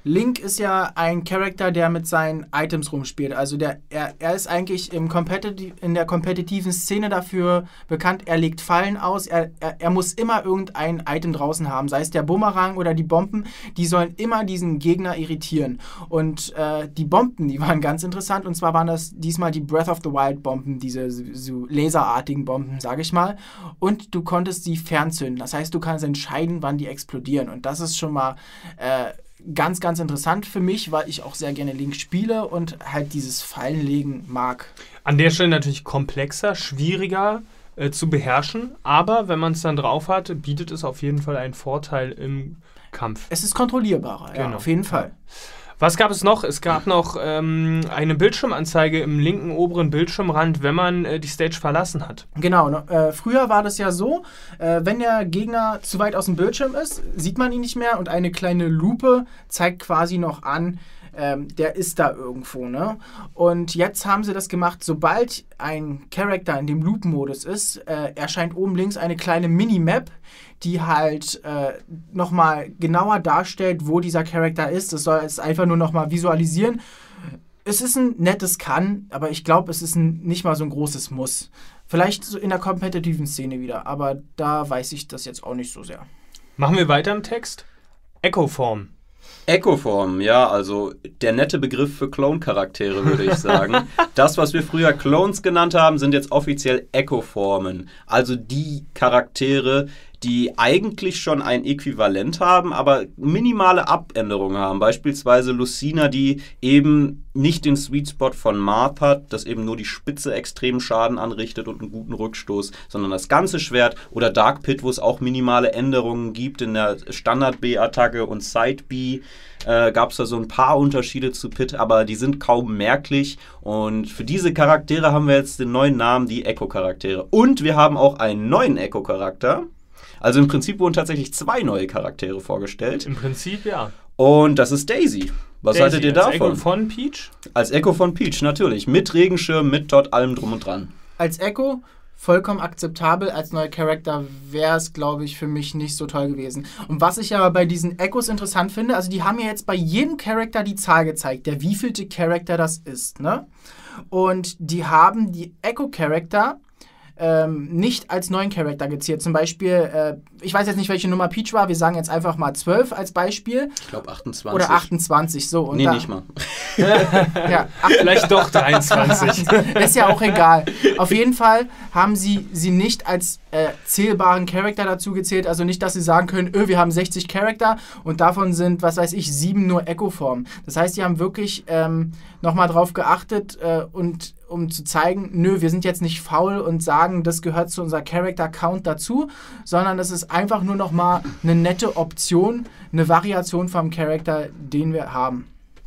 Link ist ja ein Charakter, der mit seinen Items rumspielt. Also er ist eigentlich in der kompetitiven Szene dafür bekannt, er legt Fallen aus, er muss immer irgendein Item draußen haben, sei es der Bumerang oder die Bomben, die sollen immer diesen Gegner irritieren. Und die Bomben, die waren ganz interessant, und zwar waren das diesmal die Breath of the Wild Bomben, diese so laserartigen Bomben, sage ich mal. Und du konntest sie fernzünden, das heißt, du kannst entscheiden, wann die explodieren. Und das ist schon mal ganz, ganz interessant für mich, weil ich auch sehr gerne Link spiele und halt dieses Fallenlegen mag. An der Stelle natürlich komplexer, schwieriger zu beherrschen, aber wenn man es dann drauf hat, bietet es auf jeden Fall einen Vorteil im Kampf. Es ist kontrollierbarer, genau. Ja, auf jeden Fall. Was gab es noch? Es gab noch eine Bildschirmanzeige im linken oberen Bildschirmrand, wenn man die Stage verlassen hat. Genau. Früher war das ja so, wenn der Gegner zu weit aus dem Bildschirm ist, sieht man ihn nicht mehr und eine kleine Lupe zeigt quasi noch an, der ist da irgendwo, ne? Und jetzt haben sie das gemacht, sobald ein Charakter in dem Loop-Modus ist, erscheint oben links eine kleine Minimap, die halt nochmal genauer darstellt, wo dieser Charakter ist. Das soll es einfach nur nochmal visualisieren. Es ist ein nettes Kann, aber ich glaube, es ist nicht mal so ein großes Muss. Vielleicht so in der kompetitiven Szene wieder, aber da weiß ich das jetzt auch nicht so sehr. Machen wir weiter im Text. Echo-Form. Echo-Form, ja, also der nette Begriff für Clone-Charaktere, würde ich sagen. Das, was wir früher Clones genannt haben, sind jetzt offiziell Echo-Formen. Also die Charaktere, die eigentlich schon ein Äquivalent haben, aber minimale Abänderungen haben. Beispielsweise Lucina, die eben nicht den Sweet Spot von Marth hat, das eben nur die Spitze extremen Schaden anrichtet und einen guten Rückstoß, sondern das ganze Schwert. Oder Dark Pit, wo es auch minimale Änderungen gibt in der Standard-B-Attacke und Side-B. Gab es da so ein paar Unterschiede zu Pit, aber die sind kaum merklich. Und für diese Charaktere haben wir jetzt den neuen Namen, die Echo-Charaktere. Und wir haben auch einen neuen Echo-Charakter. Also im Prinzip wurden tatsächlich 2 neue Charaktere vorgestellt. Im Prinzip, ja. Und das ist Daisy. Was haltet ihr davon? Als Echo von Peach? Als Echo von Peach, natürlich. Mit Regenschirm, mit dort allem drum und dran. Als Echo vollkommen akzeptabel. Als neuer Charakter wäre es, glaube ich, für mich nicht so toll gewesen. Und was ich aber bei diesen Echos interessant finde, also die haben ja jetzt bei jedem Charakter die Zahl gezeigt, der wievielte Charakter das ist, ne? Und die haben die Echo-Charakter nicht als neuen Charakter gezielt. Zum Beispiel, ich weiß jetzt nicht, welche Nummer Peach war, wir sagen jetzt einfach mal 12 als Beispiel. Ich glaube 28. Oder 28, so. Und nee, nicht mal. Ja, vielleicht doch 23. Ist ja auch egal. Auf jeden Fall haben sie nicht als zählbaren Charakter dazu gezählt, also nicht, dass sie sagen können, wir haben 60 Charakter und davon sind, was weiß ich, 7 nur Echo-Formen. Das heißt, die haben wirklich nochmal drauf geachtet und um zu zeigen, wir sind jetzt nicht faul und sagen, das gehört zu unserer Character-Count dazu, sondern das ist einfach nur nochmal eine nette Option, eine Variation vom Charakter, die wir haben.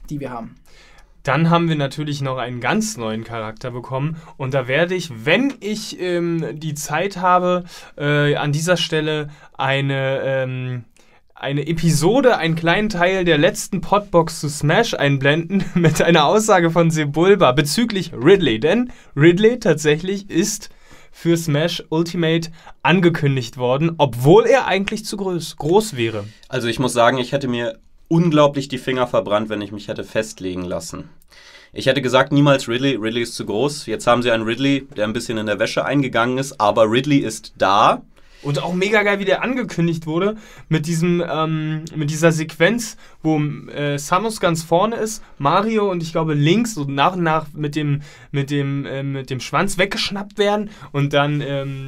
Dann haben wir natürlich noch einen ganz neuen Charakter bekommen und da werde ich, wenn ich die Zeit habe, an dieser Stelle eine Episode, einen kleinen Teil der letzten Podbox zu Smash einblenden mit einer Aussage von Sebulba bezüglich Ridley. Denn Ridley tatsächlich ist für Smash Ultimate angekündigt worden, obwohl er eigentlich zu groß wäre. Also ich muss sagen, ich hätte mir unglaublich die Finger verbrannt, wenn ich mich hätte festlegen lassen. Ich hätte gesagt, niemals Ridley. Ridley ist zu groß. Jetzt haben sie einen Ridley, der ein bisschen in der Wäsche eingegangen ist, aber Ridley ist da. Und auch mega geil, wie der angekündigt wurde, mit dieser Sequenz, wo Samus ganz vorne ist, Mario und ich glaube links so nach und nach mit dem Schwanz weggeschnappt werden und dann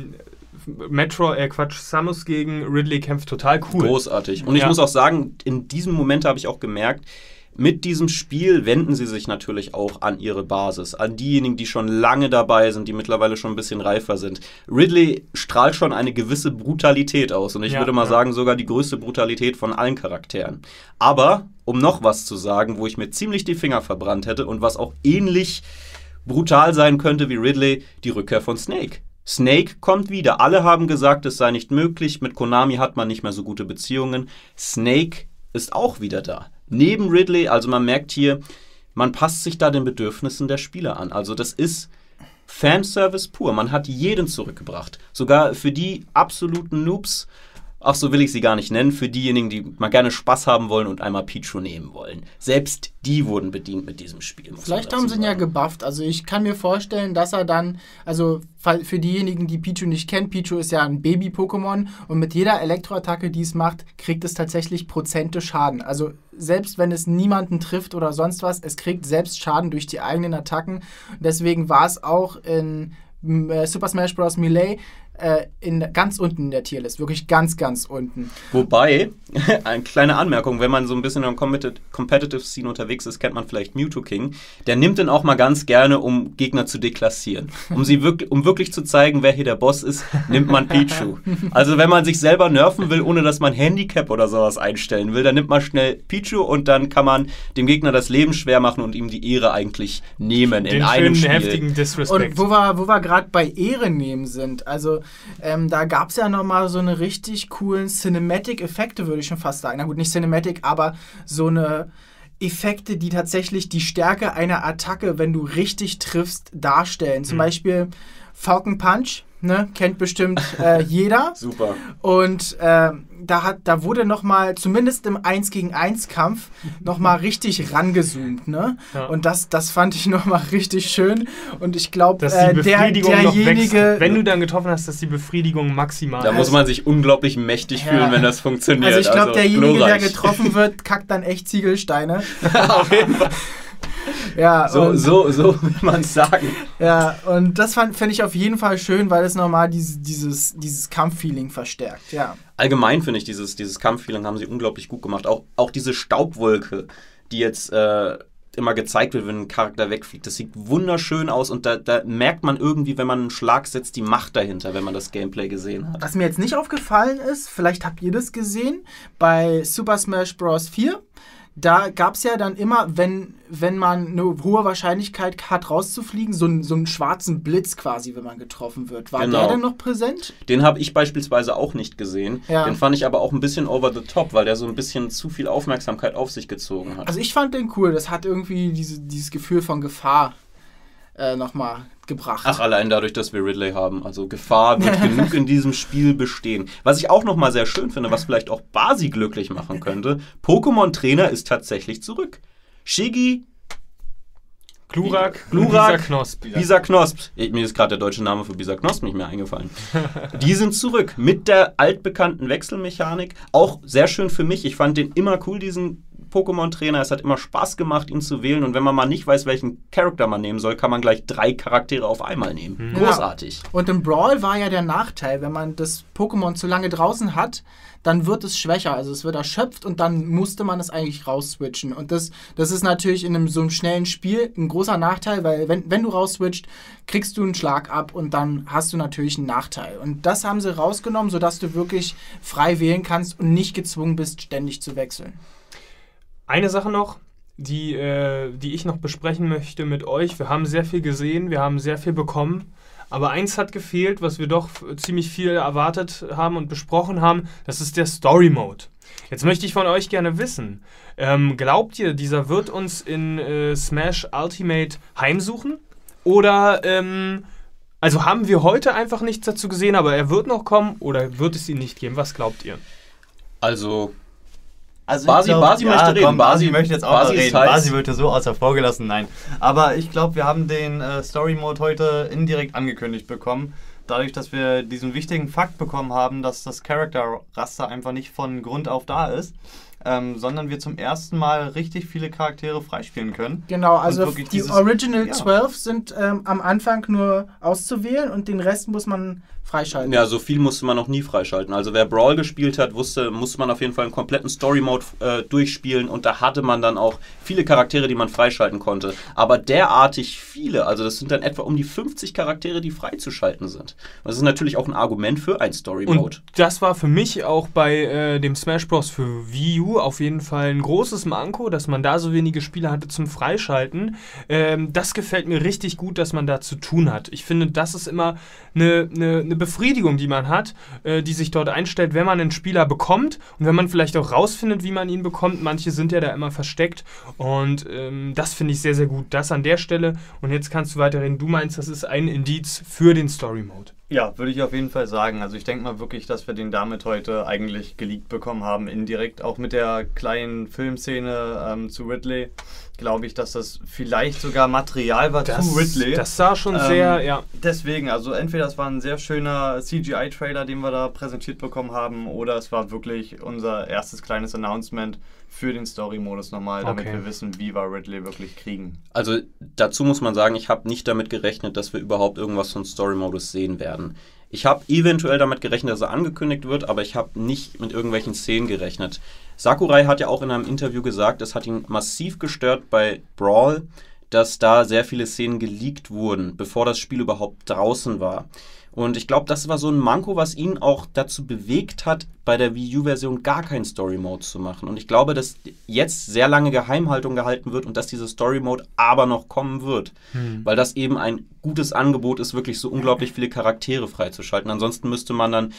Samus gegen Ridley kämpft, total cool. Großartig. Und ich muss auch sagen, in diesem Moment habe ich auch gemerkt, mit diesem Spiel wenden sie sich natürlich auch an ihre Basis, an diejenigen, die schon lange dabei sind, die mittlerweile schon ein bisschen reifer sind. Ridley strahlt schon eine gewisse Brutalität aus und ich würde mal sagen, sogar die größte Brutalität von allen Charakteren. Aber, um noch was zu sagen, wo ich mir ziemlich die Finger verbrannt hätte und was auch ähnlich brutal sein könnte wie Ridley, die Rückkehr von Snake. Snake kommt wieder. Alle haben gesagt, es sei nicht möglich. Mit Konami hat man nicht mehr so gute Beziehungen. Snake ist auch wieder da. Neben Ridley, also man merkt hier, man passt sich da den Bedürfnissen der Spieler an. Also das ist Fanservice pur. Man hat jeden zurückgebracht. Sogar für die absoluten Noobs ach, so will ich sie gar nicht nennen, für diejenigen, die mal gerne Spaß haben wollen und einmal Pichu nehmen wollen. Selbst die wurden bedient mit diesem Spiel. Vielleicht haben sie ihn ja gebufft. Also ich kann mir vorstellen, dass er dann, also für diejenigen, die Pichu nicht kennen, Pichu ist ja ein Baby-Pokémon und mit jeder Elektroattacke, die es macht, kriegt es tatsächlich Prozente Schaden. Also selbst wenn es niemanden trifft oder sonst was, es kriegt selbst Schaden durch die eigenen Attacken. Deswegen war es auch in Super Smash Bros. Melee ganz unten in der Tierlist. Wirklich ganz, ganz unten. Wobei, eine kleine Anmerkung, wenn man so ein bisschen im Competitive Scene unterwegs ist, kennt man vielleicht Mewtwo King. Der nimmt den auch mal ganz gerne, um Gegner zu deklassieren. Um wirklich zu zeigen, wer hier der Boss ist, nimmt man Pichu. Also wenn man sich selber nerven will, ohne dass man Handicap oder sowas einstellen will, dann nimmt man schnell Pichu und dann kann man dem Gegner das Leben schwer machen und ihm die Ehre eigentlich nehmen in einem Spiel. Heftigen Disrespect. Und wo wir gerade bei Ehre nehmen sind, also da gab es ja nochmal so eine richtig coolen Cinematic-Effekte, würde ich schon fast sagen. Na gut, nicht Cinematic, aber so eine Effekte, die tatsächlich die Stärke einer Attacke, wenn du richtig triffst, darstellen. Zum Beispiel Falcon Punch, ne, kennt bestimmt jeder. Super. Und da wurde nochmal, zumindest im 1-gegen-1-Kampf, nochmal richtig rangezoomt, ne? Ja. Und das fand ich nochmal richtig schön. Und ich glaube, derjenige... Wenn du dann getroffen hast, dass die Befriedigung maximal Da muss man sich unglaublich mächtig fühlen, wenn das funktioniert. Also ich glaube, derjenige, der getroffen wird, kackt dann echt Ziegelsteine. Auf jeden Fall. Ja, so will man es sagen. Ja, und das finde ich auf jeden Fall schön, weil es nochmal dieses Kampffeeling verstärkt, ja. Allgemein finde ich, dieses Kampffeeling haben sie unglaublich gut gemacht. Auch diese Staubwolke, die jetzt immer gezeigt wird, wenn ein Charakter wegfliegt, das sieht wunderschön aus und da merkt man irgendwie, wenn man einen Schlag setzt, die Macht dahinter, wenn man das Gameplay gesehen hat. Was mir jetzt nicht aufgefallen ist, vielleicht habt ihr das gesehen, bei Super Smash Bros. 4, da gab es ja dann immer, wenn man eine hohe Wahrscheinlichkeit hat, rauszufliegen, so einen schwarzen Blitz quasi, wenn man getroffen wird. War der denn noch präsent? Den habe ich beispielsweise auch nicht gesehen. Ja. Den fand ich aber auch ein bisschen over the top, weil der so ein bisschen zu viel Aufmerksamkeit auf sich gezogen hat. Also ich fand den cool. Das hat irgendwie dieses Gefühl von Gefahr nochmal gebracht. Ach, allein dadurch, dass wir Ridley haben. Also Gefahr wird genug in diesem Spiel bestehen. Was ich auch nochmal sehr schön finde, was vielleicht auch Basi glücklich machen könnte, Pokémon-Trainer ist tatsächlich zurück. Shiggy, Glurak, Bisa Knosp. Mir ist gerade der deutsche Name für Bisa Knosp nicht mehr eingefallen. Die sind zurück mit der altbekannten Wechselmechanik. Auch sehr schön für mich. Ich fand den immer cool, diesen Pokémon-Trainer. Es hat immer Spaß gemacht, ihn zu wählen. Und wenn man mal nicht weiß, welchen Charakter man nehmen soll, kann man gleich 3 Charaktere auf einmal nehmen. Großartig. Ja. Und im Brawl war ja der Nachteil, wenn man das Pokémon zu lange draußen hat, dann wird es schwächer. Also es wird erschöpft und dann musste man es eigentlich rausswitchen. Und das ist natürlich in so einem schnellen Spiel ein großer Nachteil, weil wenn du rausswitcht, kriegst du einen Schlag ab und dann hast du natürlich einen Nachteil. Und das haben sie rausgenommen, sodass du wirklich frei wählen kannst und nicht gezwungen bist, ständig zu wechseln. Eine Sache noch, die ich noch besprechen möchte mit euch. Wir haben sehr viel gesehen, wir haben sehr viel bekommen. Aber eins hat gefehlt, was wir doch ziemlich viel erwartet haben und besprochen haben. Das ist der Story Mode. Jetzt möchte ich von euch gerne wissen, glaubt ihr, dieser wird uns in Smash Ultimate heimsuchen? Oder, also haben wir heute einfach nichts dazu gesehen, aber er wird noch kommen oder wird es ihn nicht geben? Was glaubt ihr? Also Basi möchte reden. Basi möchte jetzt auch reden. Basi wird ja so außer Frau gelassen, nein. Aber ich glaube, wir haben den Story-Mode heute indirekt angekündigt bekommen. Dadurch, dass wir diesen wichtigen Fakt bekommen haben, dass das Character-Raster einfach nicht von Grund auf da ist, sondern wir zum ersten Mal richtig viele Charaktere freispielen können. Genau, also die Original 12 sind am Anfang nur auszuwählen und den Rest muss man freischalten. Ja, so viel musste man noch nie freischalten. Also wer Brawl gespielt hat, musste man auf jeden Fall einen kompletten Story-Mode durchspielen und da hatte man dann auch viele Charaktere, die man freischalten konnte. Aber derartig viele, also das sind dann etwa um die 50 Charaktere, die freizuschalten sind. Das ist natürlich auch ein Argument für ein Story-Mode. Und das war für mich auch bei dem Smash Bros. Für Wii U auf jeden Fall ein großes Manko, dass man da so wenige Spiele hatte zum Freischalten. Das gefällt mir richtig gut, dass man da zu tun hat. Ich finde, das ist immer eine Befriedigung, die man hat, die sich dort einstellt, wenn man einen Spieler bekommt und wenn man vielleicht auch rausfindet, wie man ihn bekommt. Manche sind ja da immer versteckt und das finde ich sehr, sehr gut. Das an der Stelle und jetzt kannst du weiterreden. Du meinst, das ist ein Indiz für den Story-Mode. Ja, würde ich auf jeden Fall sagen. Also ich denke mal wirklich, dass wir den damit heute eigentlich geleakt bekommen haben, indirekt. Auch mit der kleinen Filmszene zu Ridley, glaube ich, dass das vielleicht sogar Material war zu Ridley. Das sah schon sehr, ja. Deswegen, also entweder es war ein sehr schöner CGI-Trailer, den wir da präsentiert bekommen haben, oder es war wirklich unser erstes kleines Announcement für den Story-Modus nochmal, damit wir wissen, wie wir Ridley wirklich kriegen. Also dazu muss man sagen, ich habe nicht damit gerechnet, dass wir überhaupt irgendwas von Story-Modus sehen werden. Ich habe eventuell damit gerechnet, dass er angekündigt wird, aber ich habe nicht mit irgendwelchen Szenen gerechnet. Sakurai hat ja auch in einem Interview gesagt, es hat ihn massiv gestört bei Brawl, dass da sehr viele Szenen geleakt wurden, bevor das Spiel überhaupt draußen war. Und ich glaube, das war so ein Manko, was ihn auch dazu bewegt hat, bei der Wii U-Version gar keinen Story-Mode zu machen. Und ich glaube, dass jetzt sehr lange Geheimhaltung gehalten wird und dass dieser Story-Mode aber noch kommen wird. Weil das eben ein gutes Angebot ist, wirklich so unglaublich viele Charaktere freizuschalten. Ansonsten müsste man dann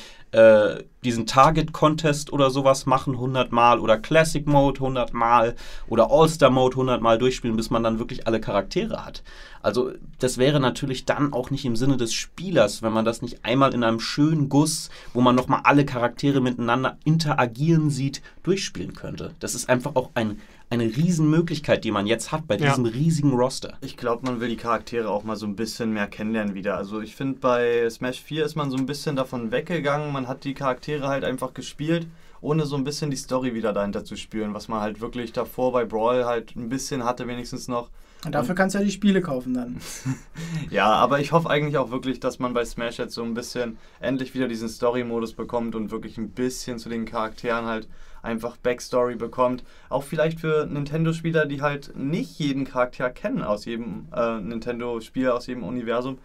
diesen Target-Contest oder sowas machen 100 Mal oder Classic-Mode 100 Mal oder All-Star-Mode 100 Mal durchspielen, bis man dann wirklich alle Charaktere hat. Also das wäre natürlich dann auch nicht im Sinne des Spielers, wenn man das nicht einmal in einem schönen Guss, wo man nochmal alle Charaktere miteinander interagieren sieht, durchspielen könnte. Das ist einfach auch eine Riesenmöglichkeit, die man jetzt hat bei diesem riesigen Roster. Ich glaube, man will die Charaktere auch mal so ein bisschen mehr kennenlernen wieder. Also ich finde, bei Smash 4 ist man so ein bisschen davon weggegangen. Man hat die Charaktere halt einfach gespielt, ohne so ein bisschen die Story wieder dahinter zu spüren, was man halt wirklich davor bei Brawl halt ein bisschen hatte, wenigstens noch. Und dafür kannst du ja die Spiele kaufen dann. Ja, aber ich hoffe eigentlich auch wirklich, dass man bei Smash jetzt so ein bisschen endlich wieder diesen Story-Modus bekommt und wirklich ein bisschen zu den Charakteren halt einfach Backstory bekommt. Auch vielleicht für Nintendo-Spieler, die halt nicht jeden Charakter kennen aus jedem Nintendo-Spiel, aus jedem Universum.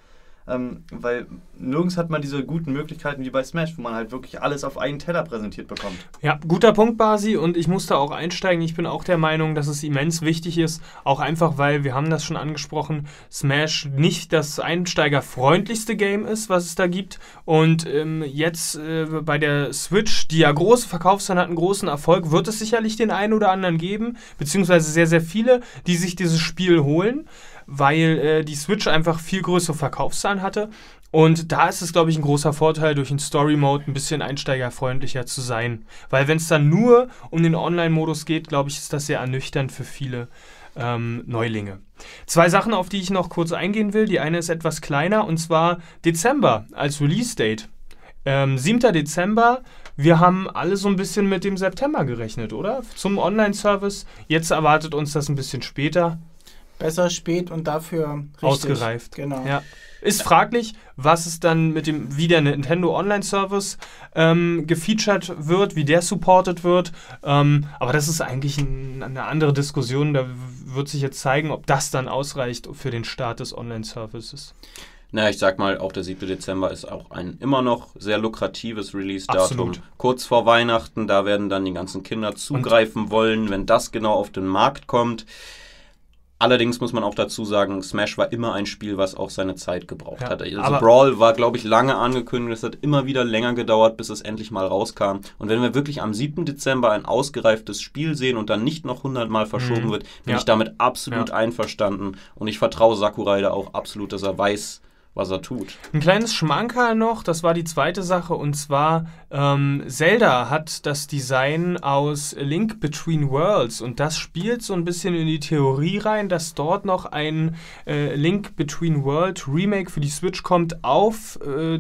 Weil nirgends hat man diese guten Möglichkeiten wie bei Smash, wo man halt wirklich alles auf einen Teller präsentiert bekommt. Ja, guter Punkt, Basi, und ich muss da auch einsteigen. Ich bin auch der Meinung, dass es immens wichtig ist, auch einfach, weil, wir haben das schon angesprochen, Smash nicht das einsteigerfreundlichste Game ist, was es da gibt. Und jetzt bei der Switch, die ja große Verkaufszahlen hat, einen großen Erfolg, wird es sicherlich den einen oder anderen geben, beziehungsweise sehr, sehr viele, die sich dieses Spiel holen, weil die Switch einfach viel größere Verkaufszahlen hatte. Und da ist es, glaube ich, ein großer Vorteil, durch den Story-Mode ein bisschen einsteigerfreundlicher zu sein. Weil wenn es dann nur um den Online-Modus geht, glaube ich, ist das sehr ernüchternd für viele Neulinge. 2 Sachen, auf die ich noch kurz eingehen will. Die eine ist etwas kleiner, und zwar Dezember als Release-Date. 7. Dezember, wir haben alle so ein bisschen mit dem September gerechnet, oder? Zum Online-Service. Jetzt erwartet uns das ein bisschen später. Besser spät und dafür richtig. Ausgereift. Genau. Ja. Ist fraglich, was es dann mit dem, wie der Nintendo Online-Service gefeatured wird, wie der supported wird. Aber das ist eigentlich eine andere Diskussion. Da wird sich jetzt zeigen, ob das dann ausreicht für den Start des Online-Services. Na, ich sag mal, auch der 7. Dezember ist auch ein immer noch sehr lukratives Release-Datum. Absolut. Kurz vor Weihnachten, da werden dann die ganzen Kinder zugreifen wollen, wenn das genau auf den Markt kommt. Allerdings muss man auch dazu sagen, Smash war immer ein Spiel, was auch seine Zeit gebraucht hat. Also Brawl war, glaube ich, lange angekündigt. Es hat immer wieder länger gedauert, bis es endlich mal rauskam. Und wenn wir wirklich am 7. Dezember ein ausgereiftes Spiel sehen und dann nicht noch 100 Mal verschoben wird, bin ich damit absolut einverstanden. Und ich vertraue Sakurai da auch absolut, dass er weiß, was er tut. Ein kleines Schmankerl noch, das war die zweite Sache, und zwar Zelda hat das Design aus Link Between Worlds, und das spielt so ein bisschen in die Theorie rein, dass dort noch ein Link Between World Remake für die Switch kommt auf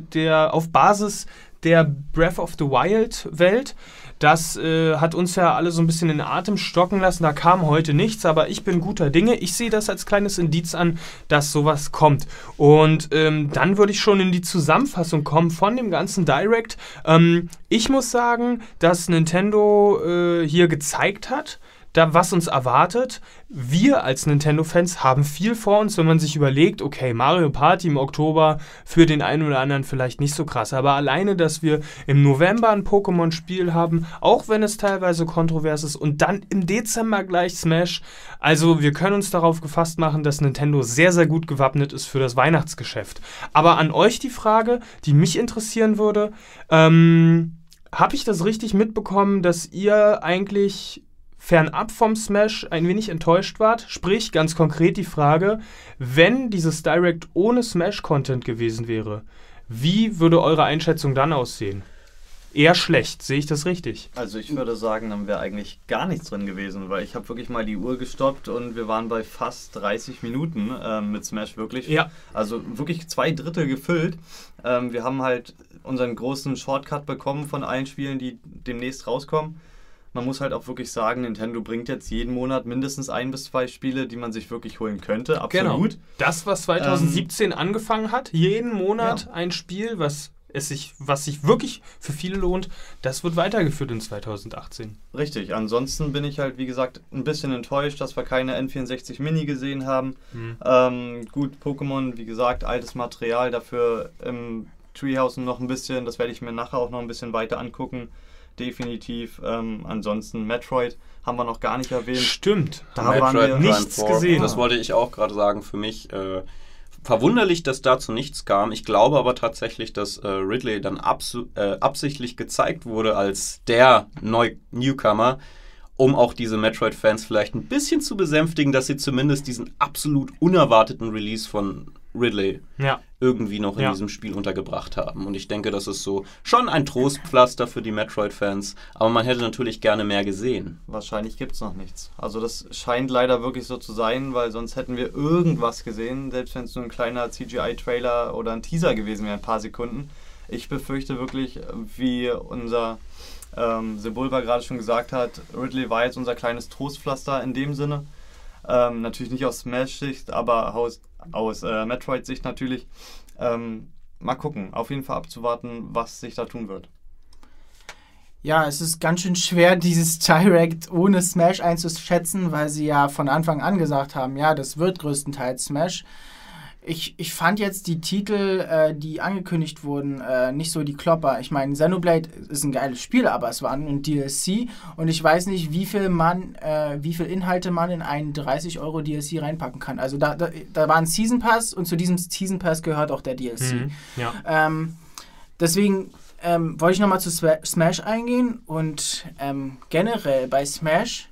Basis der Breath of the Wild Welt. Das hat uns ja alle so ein bisschen in den Atem stocken lassen. Da kam heute nichts, aber ich bin guter Dinge. Ich sehe das als kleines Indiz an, dass sowas kommt. Und dann würde ich schon in die Zusammenfassung kommen von dem ganzen Direct. Ich muss sagen, dass Nintendo hier gezeigt hat, was uns erwartet. Wir als Nintendo-Fans haben viel vor uns, wenn man sich überlegt, okay, Mario Party im Oktober für den einen oder anderen vielleicht nicht so krass, aber alleine, dass wir im November ein Pokémon-Spiel haben, auch wenn es teilweise kontrovers ist, und dann im Dezember gleich Smash, also wir können uns darauf gefasst machen, dass Nintendo sehr, sehr gut gewappnet ist für das Weihnachtsgeschäft. Aber an euch die Frage, die mich interessieren würde, habe ich das richtig mitbekommen, dass ihr eigentlich fernab vom Smash ein wenig enttäuscht wart? Sprich, ganz konkret die Frage, wenn dieses Direct ohne Smash-Content gewesen wäre, Wie würde eure Einschätzung dann aussehen? Eher schlecht, sehe ich das richtig? Also ich würde sagen, dann wäre eigentlich gar nichts drin gewesen, weil ich habe wirklich mal die Uhr gestoppt und wir waren bei fast 30 Minuten mit Smash wirklich. Ja. Also wirklich 2/3 gefüllt. Wir haben halt unseren großen Shortcut bekommen von allen Spielen, die demnächst rauskommen. Man muss halt auch wirklich sagen, Nintendo bringt jetzt jeden Monat mindestens 1 bis 2 Spiele, die man sich wirklich holen könnte. Absolut. Genau. Das, was 2017 angefangen hat, jeden Monat ein Spiel, was sich wirklich für viele lohnt, das wird weitergeführt in 2018. Richtig. Ansonsten bin ich halt, wie gesagt, ein bisschen enttäuscht, dass wir keine N64 Mini gesehen haben. Gut, Pokémon, wie gesagt, altes Material, dafür im Treehouse noch ein bisschen, das werde ich mir nachher auch noch ein bisschen weiter angucken. Definitiv. Ansonsten Metroid haben wir noch gar nicht erwähnt. Stimmt. Da waren wir nichts gesehen. Das wollte ich auch gerade sagen. Für mich verwunderlich, dass dazu nichts kam. Ich glaube aber tatsächlich, dass Ridley dann absichtlich gezeigt wurde als der Newcomer, um auch diese Metroid-Fans vielleicht ein bisschen zu besänftigen, dass sie zumindest diesen absolut unerwarteten Release von Ridley irgendwie noch in diesem Spiel untergebracht haben. Und ich denke, das ist so schon ein Trostpflaster für die Metroid-Fans, aber man hätte natürlich gerne mehr gesehen. Wahrscheinlich gibt es noch nichts. Also das scheint leider wirklich so zu sein, weil sonst hätten wir irgendwas gesehen, selbst wenn es nur ein kleiner CGI-Trailer oder ein Teaser gewesen wäre, ein paar Sekunden. Ich befürchte wirklich, wie unser Sebulba gerade schon gesagt hat, Ridley war jetzt unser kleines Trostpflaster in dem Sinne. Natürlich nicht aus Smash-Sicht, aber aus Metroid-Sicht natürlich. Mal gucken, auf jeden Fall abzuwarten, was sich da tun wird. Ja, es ist ganz schön schwer, dieses Direct ohne Smash einzuschätzen, weil sie ja von Anfang an gesagt haben, ja, das wird größtenteils Smash. Ich fand jetzt die Titel, die angekündigt wurden, nicht so die Klopper. Ich meine, Xenoblade ist ein geiles Spiel, aber es war ein DLC und ich weiß nicht, wie viel Inhalte man in einen 30€ DLC reinpacken kann. Also da war ein Season Pass und zu diesem Season Pass gehört auch der DLC. Deswegen wollte ich nochmal zu Smash eingehen und generell bei Smash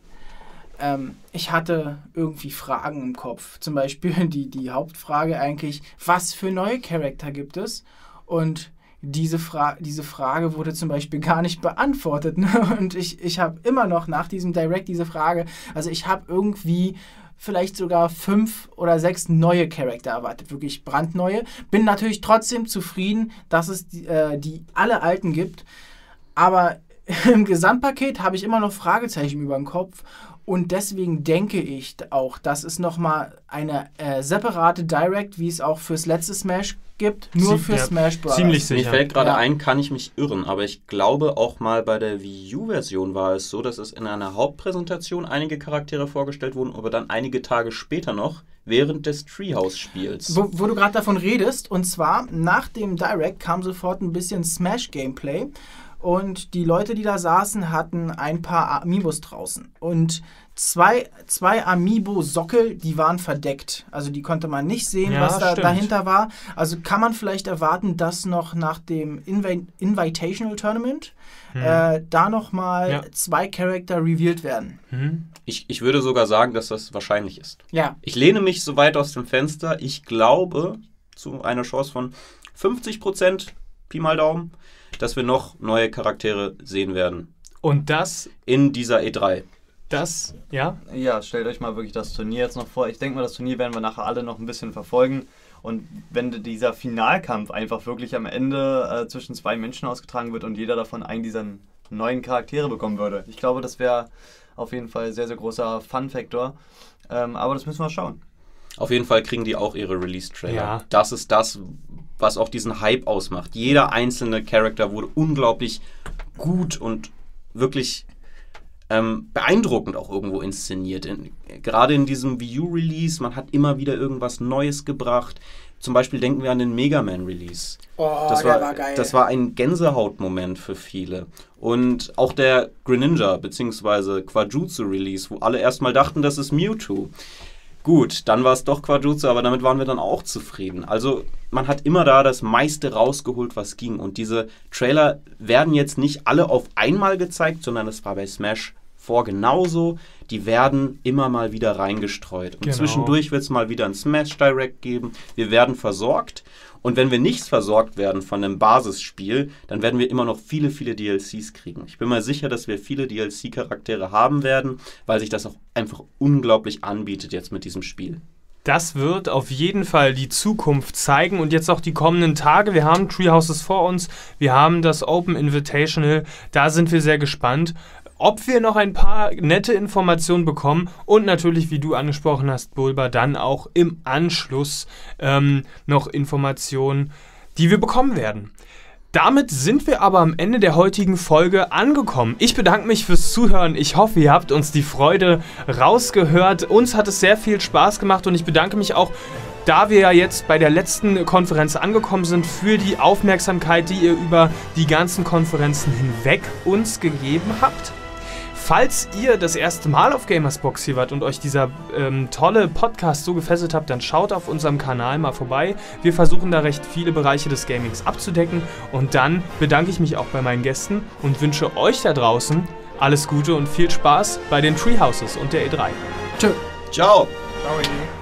ich hatte irgendwie Fragen im Kopf. Zum Beispiel die Hauptfrage eigentlich, was für neue Charakter gibt es? Und diese Frage wurde zum Beispiel gar nicht beantwortet. Ne? Und ich habe immer noch nach diesem Direct diese Frage, also ich habe irgendwie vielleicht sogar 5 oder 6 neue Charakter erwartet, wirklich brandneue. Bin natürlich trotzdem zufrieden, dass es die alle alten gibt, aber im Gesamtpaket habe ich immer noch Fragezeichen über dem Kopf. Und deswegen denke ich auch, dass es nochmal eine separate Direct, wie es auch fürs letzte Smash gibt, nur für Smash Bros. Ziemlich sicher. Mir fällt gerade ein, kann ich mich irren, aber ich glaube auch mal bei der Wii U-Version war es so, dass es in einer Hauptpräsentation einige Charaktere vorgestellt wurden, aber dann einige Tage später noch während des Treehouse-Spiels. Wo du gerade davon redest, und zwar nach dem Direct kam sofort ein bisschen Smash-Gameplay. Und die Leute, die da saßen, hatten ein paar Amiibos draußen. Und zwei Amiibo-Sockel, die waren verdeckt. Also die konnte man nicht sehen, was dahinter war. Also kann man vielleicht erwarten, dass noch nach dem Invitational Tournament da nochmal 2 Charakter revealed werden. Ich würde sogar sagen, dass das wahrscheinlich ist. Ja. Ich lehne mich so weit aus dem Fenster. Ich glaube, zu einer Chance von 50%, Pi mal Daumen, dass wir noch neue Charaktere sehen werden. Und das in dieser E3. Das, ja? Ja, stellt euch mal wirklich das Turnier jetzt noch vor. Ich denke mal, das Turnier werden wir nachher alle noch ein bisschen verfolgen. Und wenn dieser Finalkampf einfach wirklich am Ende zwischen 2 Menschen ausgetragen wird und jeder davon einen dieser neuen Charaktere bekommen würde. Ich glaube, das wäre auf jeden Fall sehr, sehr großer Fun-Faktor. Aber das müssen wir schauen. Auf jeden Fall kriegen die auch ihre Release-Trailer. Ja. Das ist das, was auch diesen Hype ausmacht. Jeder einzelne Charakter wurde unglaublich gut und wirklich beeindruckend auch irgendwo inszeniert. Gerade in diesem Wii U-Release, man hat immer wieder irgendwas Neues gebracht. Zum Beispiel denken wir an den Mega Man-Release. Oh, der war geil. Das war ein Gänsehautmoment für viele. Und auch der Greninja bzw. Quadrutsu-Release, wo alle erstmal dachten, das ist Mewtwo. Gut, dann war es doch Quadrutsu, aber damit waren wir dann auch zufrieden. Also man hat immer da das meiste rausgeholt, was ging. Und diese Trailer werden jetzt nicht alle auf einmal gezeigt, sondern es war bei Smash vor genauso. Die werden immer mal wieder reingestreut. Und zwischendurch wird es mal wieder ein Smash Direct geben. Wir werden versorgt. Und wenn wir nicht versorgt werden von einem Basisspiel, dann werden wir immer noch viele, viele DLCs kriegen. Ich bin mir sicher, dass wir viele DLC-Charaktere haben werden, weil sich das auch einfach unglaublich anbietet jetzt mit diesem Spiel. Das wird auf jeden Fall die Zukunft zeigen und jetzt auch die kommenden Tage. Wir haben Treehouses vor uns, wir haben das Open Invitational, da sind wir sehr gespannt, ob wir noch ein paar nette Informationen bekommen und natürlich, wie du angesprochen hast, Bulba, dann auch im Anschluss noch Informationen, die wir bekommen werden. Damit sind wir aber am Ende der heutigen Folge angekommen. Ich bedanke mich fürs Zuhören. Ich hoffe, ihr habt uns die Freude rausgehört. Uns hat es sehr viel Spaß gemacht und ich bedanke mich auch, da wir ja jetzt bei der letzten Konferenz angekommen sind, für die Aufmerksamkeit, die ihr über die ganzen Konferenzen hinweg uns gegeben habt. Falls ihr das erste Mal auf Gamersbox hier wart und euch dieser tolle Podcast so gefesselt habt, dann schaut auf unserem Kanal mal vorbei. Wir versuchen da recht viele Bereiche des Gamings abzudecken. Und dann bedanke ich mich auch bei meinen Gästen und wünsche euch da draußen alles Gute und viel Spaß bei den Treehouses und der E3. Tschö. Ciao. Ciao.